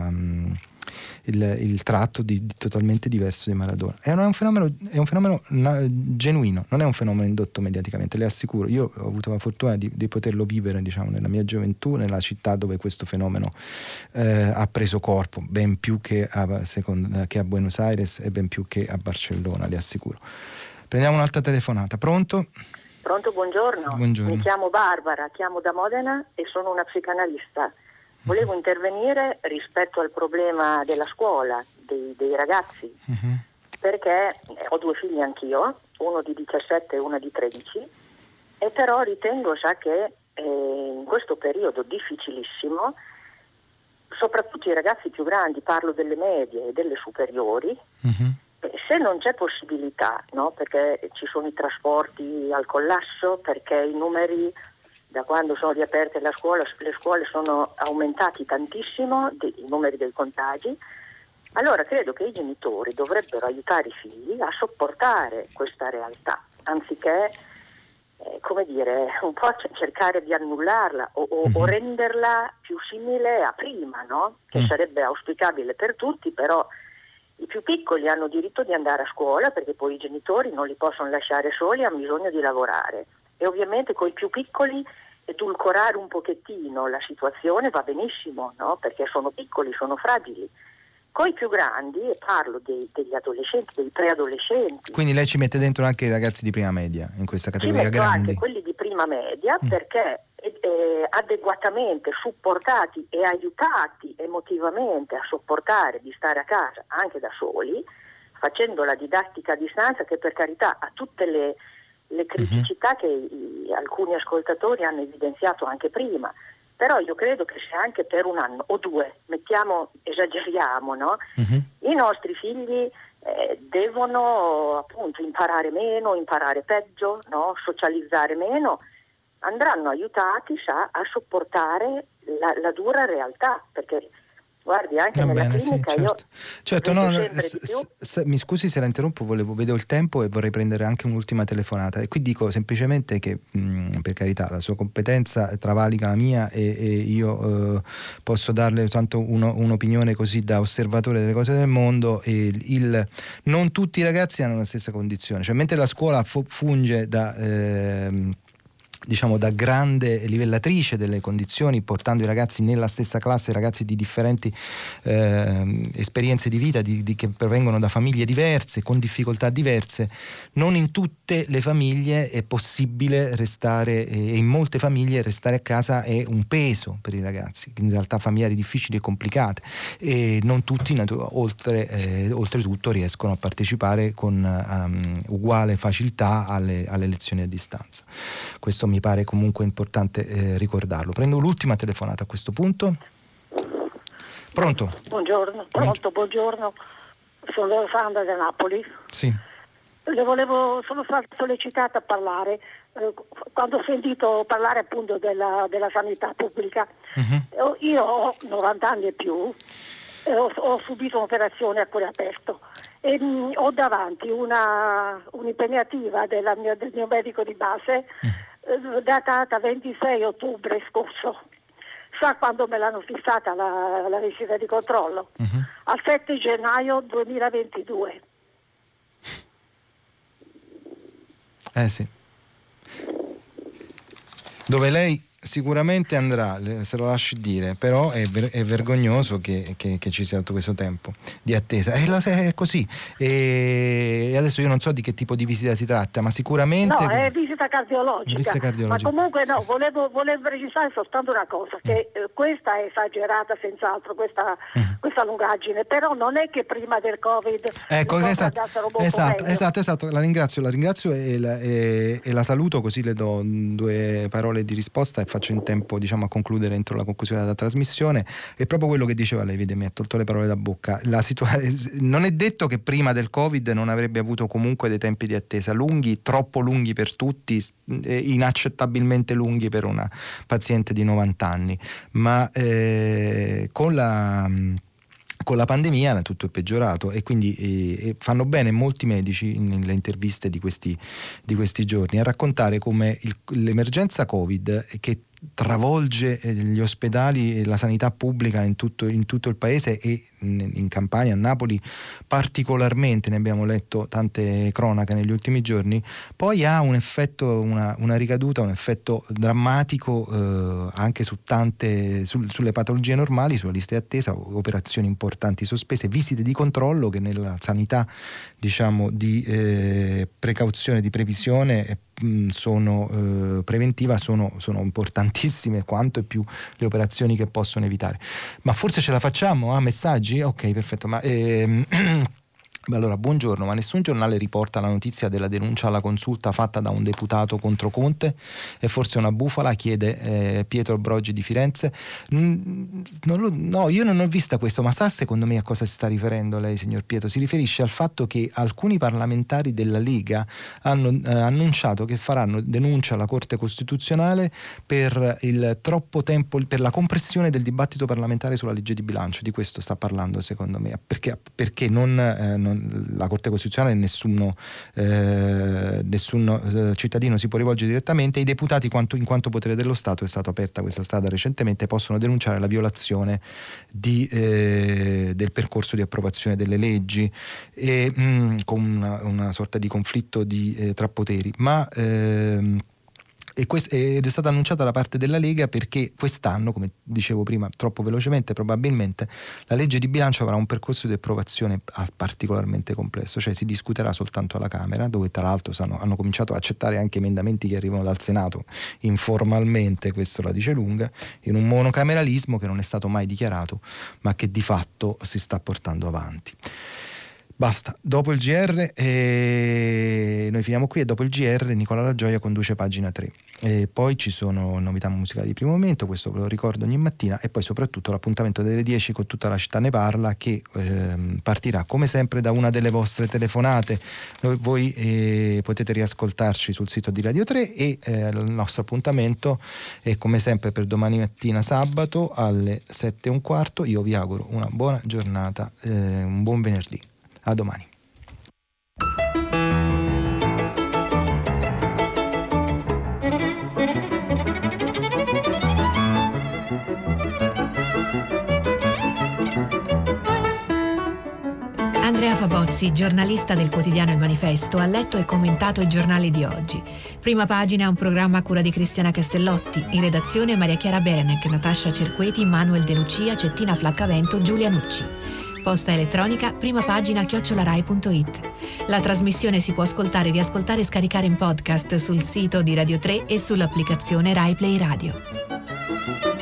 il tratto totalmente diverso di Maradona. È un fenomeno genuino, non è un fenomeno indotto mediaticamente, le assicuro. Io ho avuto la fortuna di poterlo vivere, diciamo, nella mia gioventù, nella città dove questo fenomeno ha preso corpo, ben più che a Buenos Aires e ben più che a Barcellona, le assicuro. Prendiamo un'altra telefonata. Pronto? Pronto, buongiorno. Mi chiamo Barbara, chiamo da Modena e sono una psicanalista. Volevo intervenire rispetto al problema della scuola, dei ragazzi, perché ho 2 figli anch'io, uno di 17 e una di 13, e però ritengo, che in questo periodo difficilissimo, soprattutto i ragazzi più grandi, parlo delle medie e delle superiori, se non c'è possibilità, no? Perché ci sono i trasporti al collasso, perché i numeri, da quando sono riaperte le scuole sono aumentati tantissimo i numeri dei contagi. Allora credo che i genitori dovrebbero aiutare i figli a sopportare questa realtà, anziché un po' cercare di annullarla o renderla più simile a prima, no? Che sarebbe auspicabile per tutti, però i più piccoli hanno diritto di andare a scuola, perché poi i genitori non li possono lasciare soli, hanno bisogno di lavorare, e ovviamente con i più piccoli edulcorare un pochettino la situazione va benissimo, no? Perché sono piccoli, sono fragili. Con i più grandi, e parlo degli adolescenti, dei preadolescenti. Quindi lei ci mette dentro anche i ragazzi di prima media in questa categoria grandi? Ci metto anche quelli di prima media, perché adeguatamente supportati e aiutati emotivamente a sopportare di stare a casa anche da soli, facendo la didattica a distanza, che per carità ha tutte le criticità che alcuni ascoltatori hanno evidenziato anche prima, però io credo che sia anche per 1 anno o 2, esageriamo, no? I nostri figli devono appunto imparare meno, imparare peggio, no? Socializzare meno, andranno aiutati a sopportare la dura realtà, perché guardi, anche nella clinica certo, no, mi scusi se la interrompo, vedo il tempo e vorrei prendere anche un'ultima telefonata, e qui dico semplicemente che per carità la sua competenza travalica la mia e io posso darle tanto un'opinione così da osservatore delle cose del mondo, e non tutti i ragazzi hanno la stessa condizione, cioè mentre la scuola funge da diciamo da grande livellatrice delle condizioni, portando i ragazzi nella stessa classe, ragazzi di differenti esperienze di vita, che provengono da famiglie diverse, con difficoltà diverse. Non in tutte le famiglie è possibile restare, e in molte famiglie restare a casa è un peso per i ragazzi, in realtà familiari difficili e complicate, e non tutti oltretutto riescono a partecipare con uguale faciltà alle lezioni a distanza. Questo mi pare comunque importante ricordarlo. Prendo l'ultima telefonata a questo punto. Pronto? Buongiorno. Sono Sandra da Napoli. Sì. Sono stata sollecitata a parlare quando ho sentito parlare appunto della sanità pubblica. Uh-huh. Io ho 90 anni e più, ho subito un'operazione a cuore aperto e ho davanti un'impegnativa del mio medico di base datata 26 ottobre scorso. Sa quando me l'hanno fissata la visita di controllo? Uh-huh. Al 7 gennaio 2022. Sì. Dove lei sicuramente andrà, se lo lasci dire, però è vergognoso che ci sia tutto questo tempo di attesa, è così, e adesso io non so di che tipo di visita si tratta, ma sicuramente è visita cardiologica. Ma comunque no, sì. volevo registrare soltanto una cosa, che questa è esagerata senz'altro, questa lungaggine, però non è che prima del Covid esatto, la ringrazio e la saluto, così le do 2 parole di risposta e faccio in tempo, diciamo, a concludere entro la conclusione della trasmissione. È proprio quello che diceva lei, vede, mi ha tolto le parole da bocca. Non è detto che prima del Covid non avrebbe avuto comunque dei tempi di attesa lunghi, troppo lunghi per tutti, inaccettabilmente lunghi per una paziente di 90 anni, ma con la pandemia tutto è peggiorato, e quindi fanno bene molti medici nelle interviste di questi giorni a raccontare come l'emergenza Covid, che travolge gli ospedali e la sanità pubblica in tutto il paese, e in Campania, a Napoli particolarmente, ne abbiamo letto tante cronache negli ultimi giorni, poi ha un effetto, una ricaduta, un effetto drammatico anche sulle patologie normali, sulle liste d'attesa, operazioni importanti sospese, visite di controllo che nella sanità, diciamo, di precauzione, di previsione preventiva sono importantissime quanto e più le operazioni che possono evitare. Ma forse ce la facciamo? Messaggi? Ok, perfetto. Allora, buongiorno, ma nessun giornale riporta la notizia della denuncia alla consulta fatta da un deputato contro Conte? È forse una bufala? Chiede Pietro Brogi di Firenze. No, io non ho vista questo, ma sa secondo me a cosa si sta riferendo lei, signor Pietro? Si riferisce al fatto che alcuni parlamentari della Lega hanno annunciato che faranno denuncia alla Corte Costituzionale per il troppo tempo, per la compressione del dibattito parlamentare sulla legge di bilancio. Di questo sta parlando, secondo me, perché non la Corte Costituzionale nessun cittadino si può rivolgere direttamente. I deputati, in quanto potere dello Stato, è stata aperta questa strada recentemente, possono denunciare la violazione del percorso di approvazione delle leggi, con una sorta di conflitto tra poteri, ed è stata annunciata da parte della Lega perché quest'anno, come dicevo prima troppo velocemente, probabilmente la legge di bilancio avrà un percorso di approvazione particolarmente complesso, cioè si discuterà soltanto alla Camera, dove tra l'altro hanno cominciato a accettare anche emendamenti che arrivano dal Senato informalmente, questo la dice lunga, in un monocameralismo che non è stato mai dichiarato, ma che di fatto si sta portando avanti. Basta, dopo il GR noi finiamo qui, e dopo il GR Nicola La Gioia conduce Pagina 3, e poi ci sono novità musicali di primo momento, questo ve lo ricordo ogni mattina, e poi soprattutto l'appuntamento delle 10 con Tutta la città ne parla, che partirà come sempre da una delle vostre telefonate. Voi potete riascoltarci sul sito di Radio 3, e il nostro appuntamento è come sempre per domani mattina sabato alle 7:15. Io vi auguro una buona giornata, un buon venerdì. A domani. Andrea Fabozzi, giornalista del quotidiano Il Manifesto, ha letto e commentato i giornali di oggi. Prima Pagina è un programma a cura di Cristiana Castellotti, in redazione Maria Chiara Berenec, Natascia Cerqueti, Manuel De Lucia, Cettina Flaccavento, Giulia Nucci. Posta elettronica primapagina@rai.it. La trasmissione si può ascoltare, riascoltare e scaricare in podcast sul sito di Radio 3 e sull'applicazione Rai Play Radio.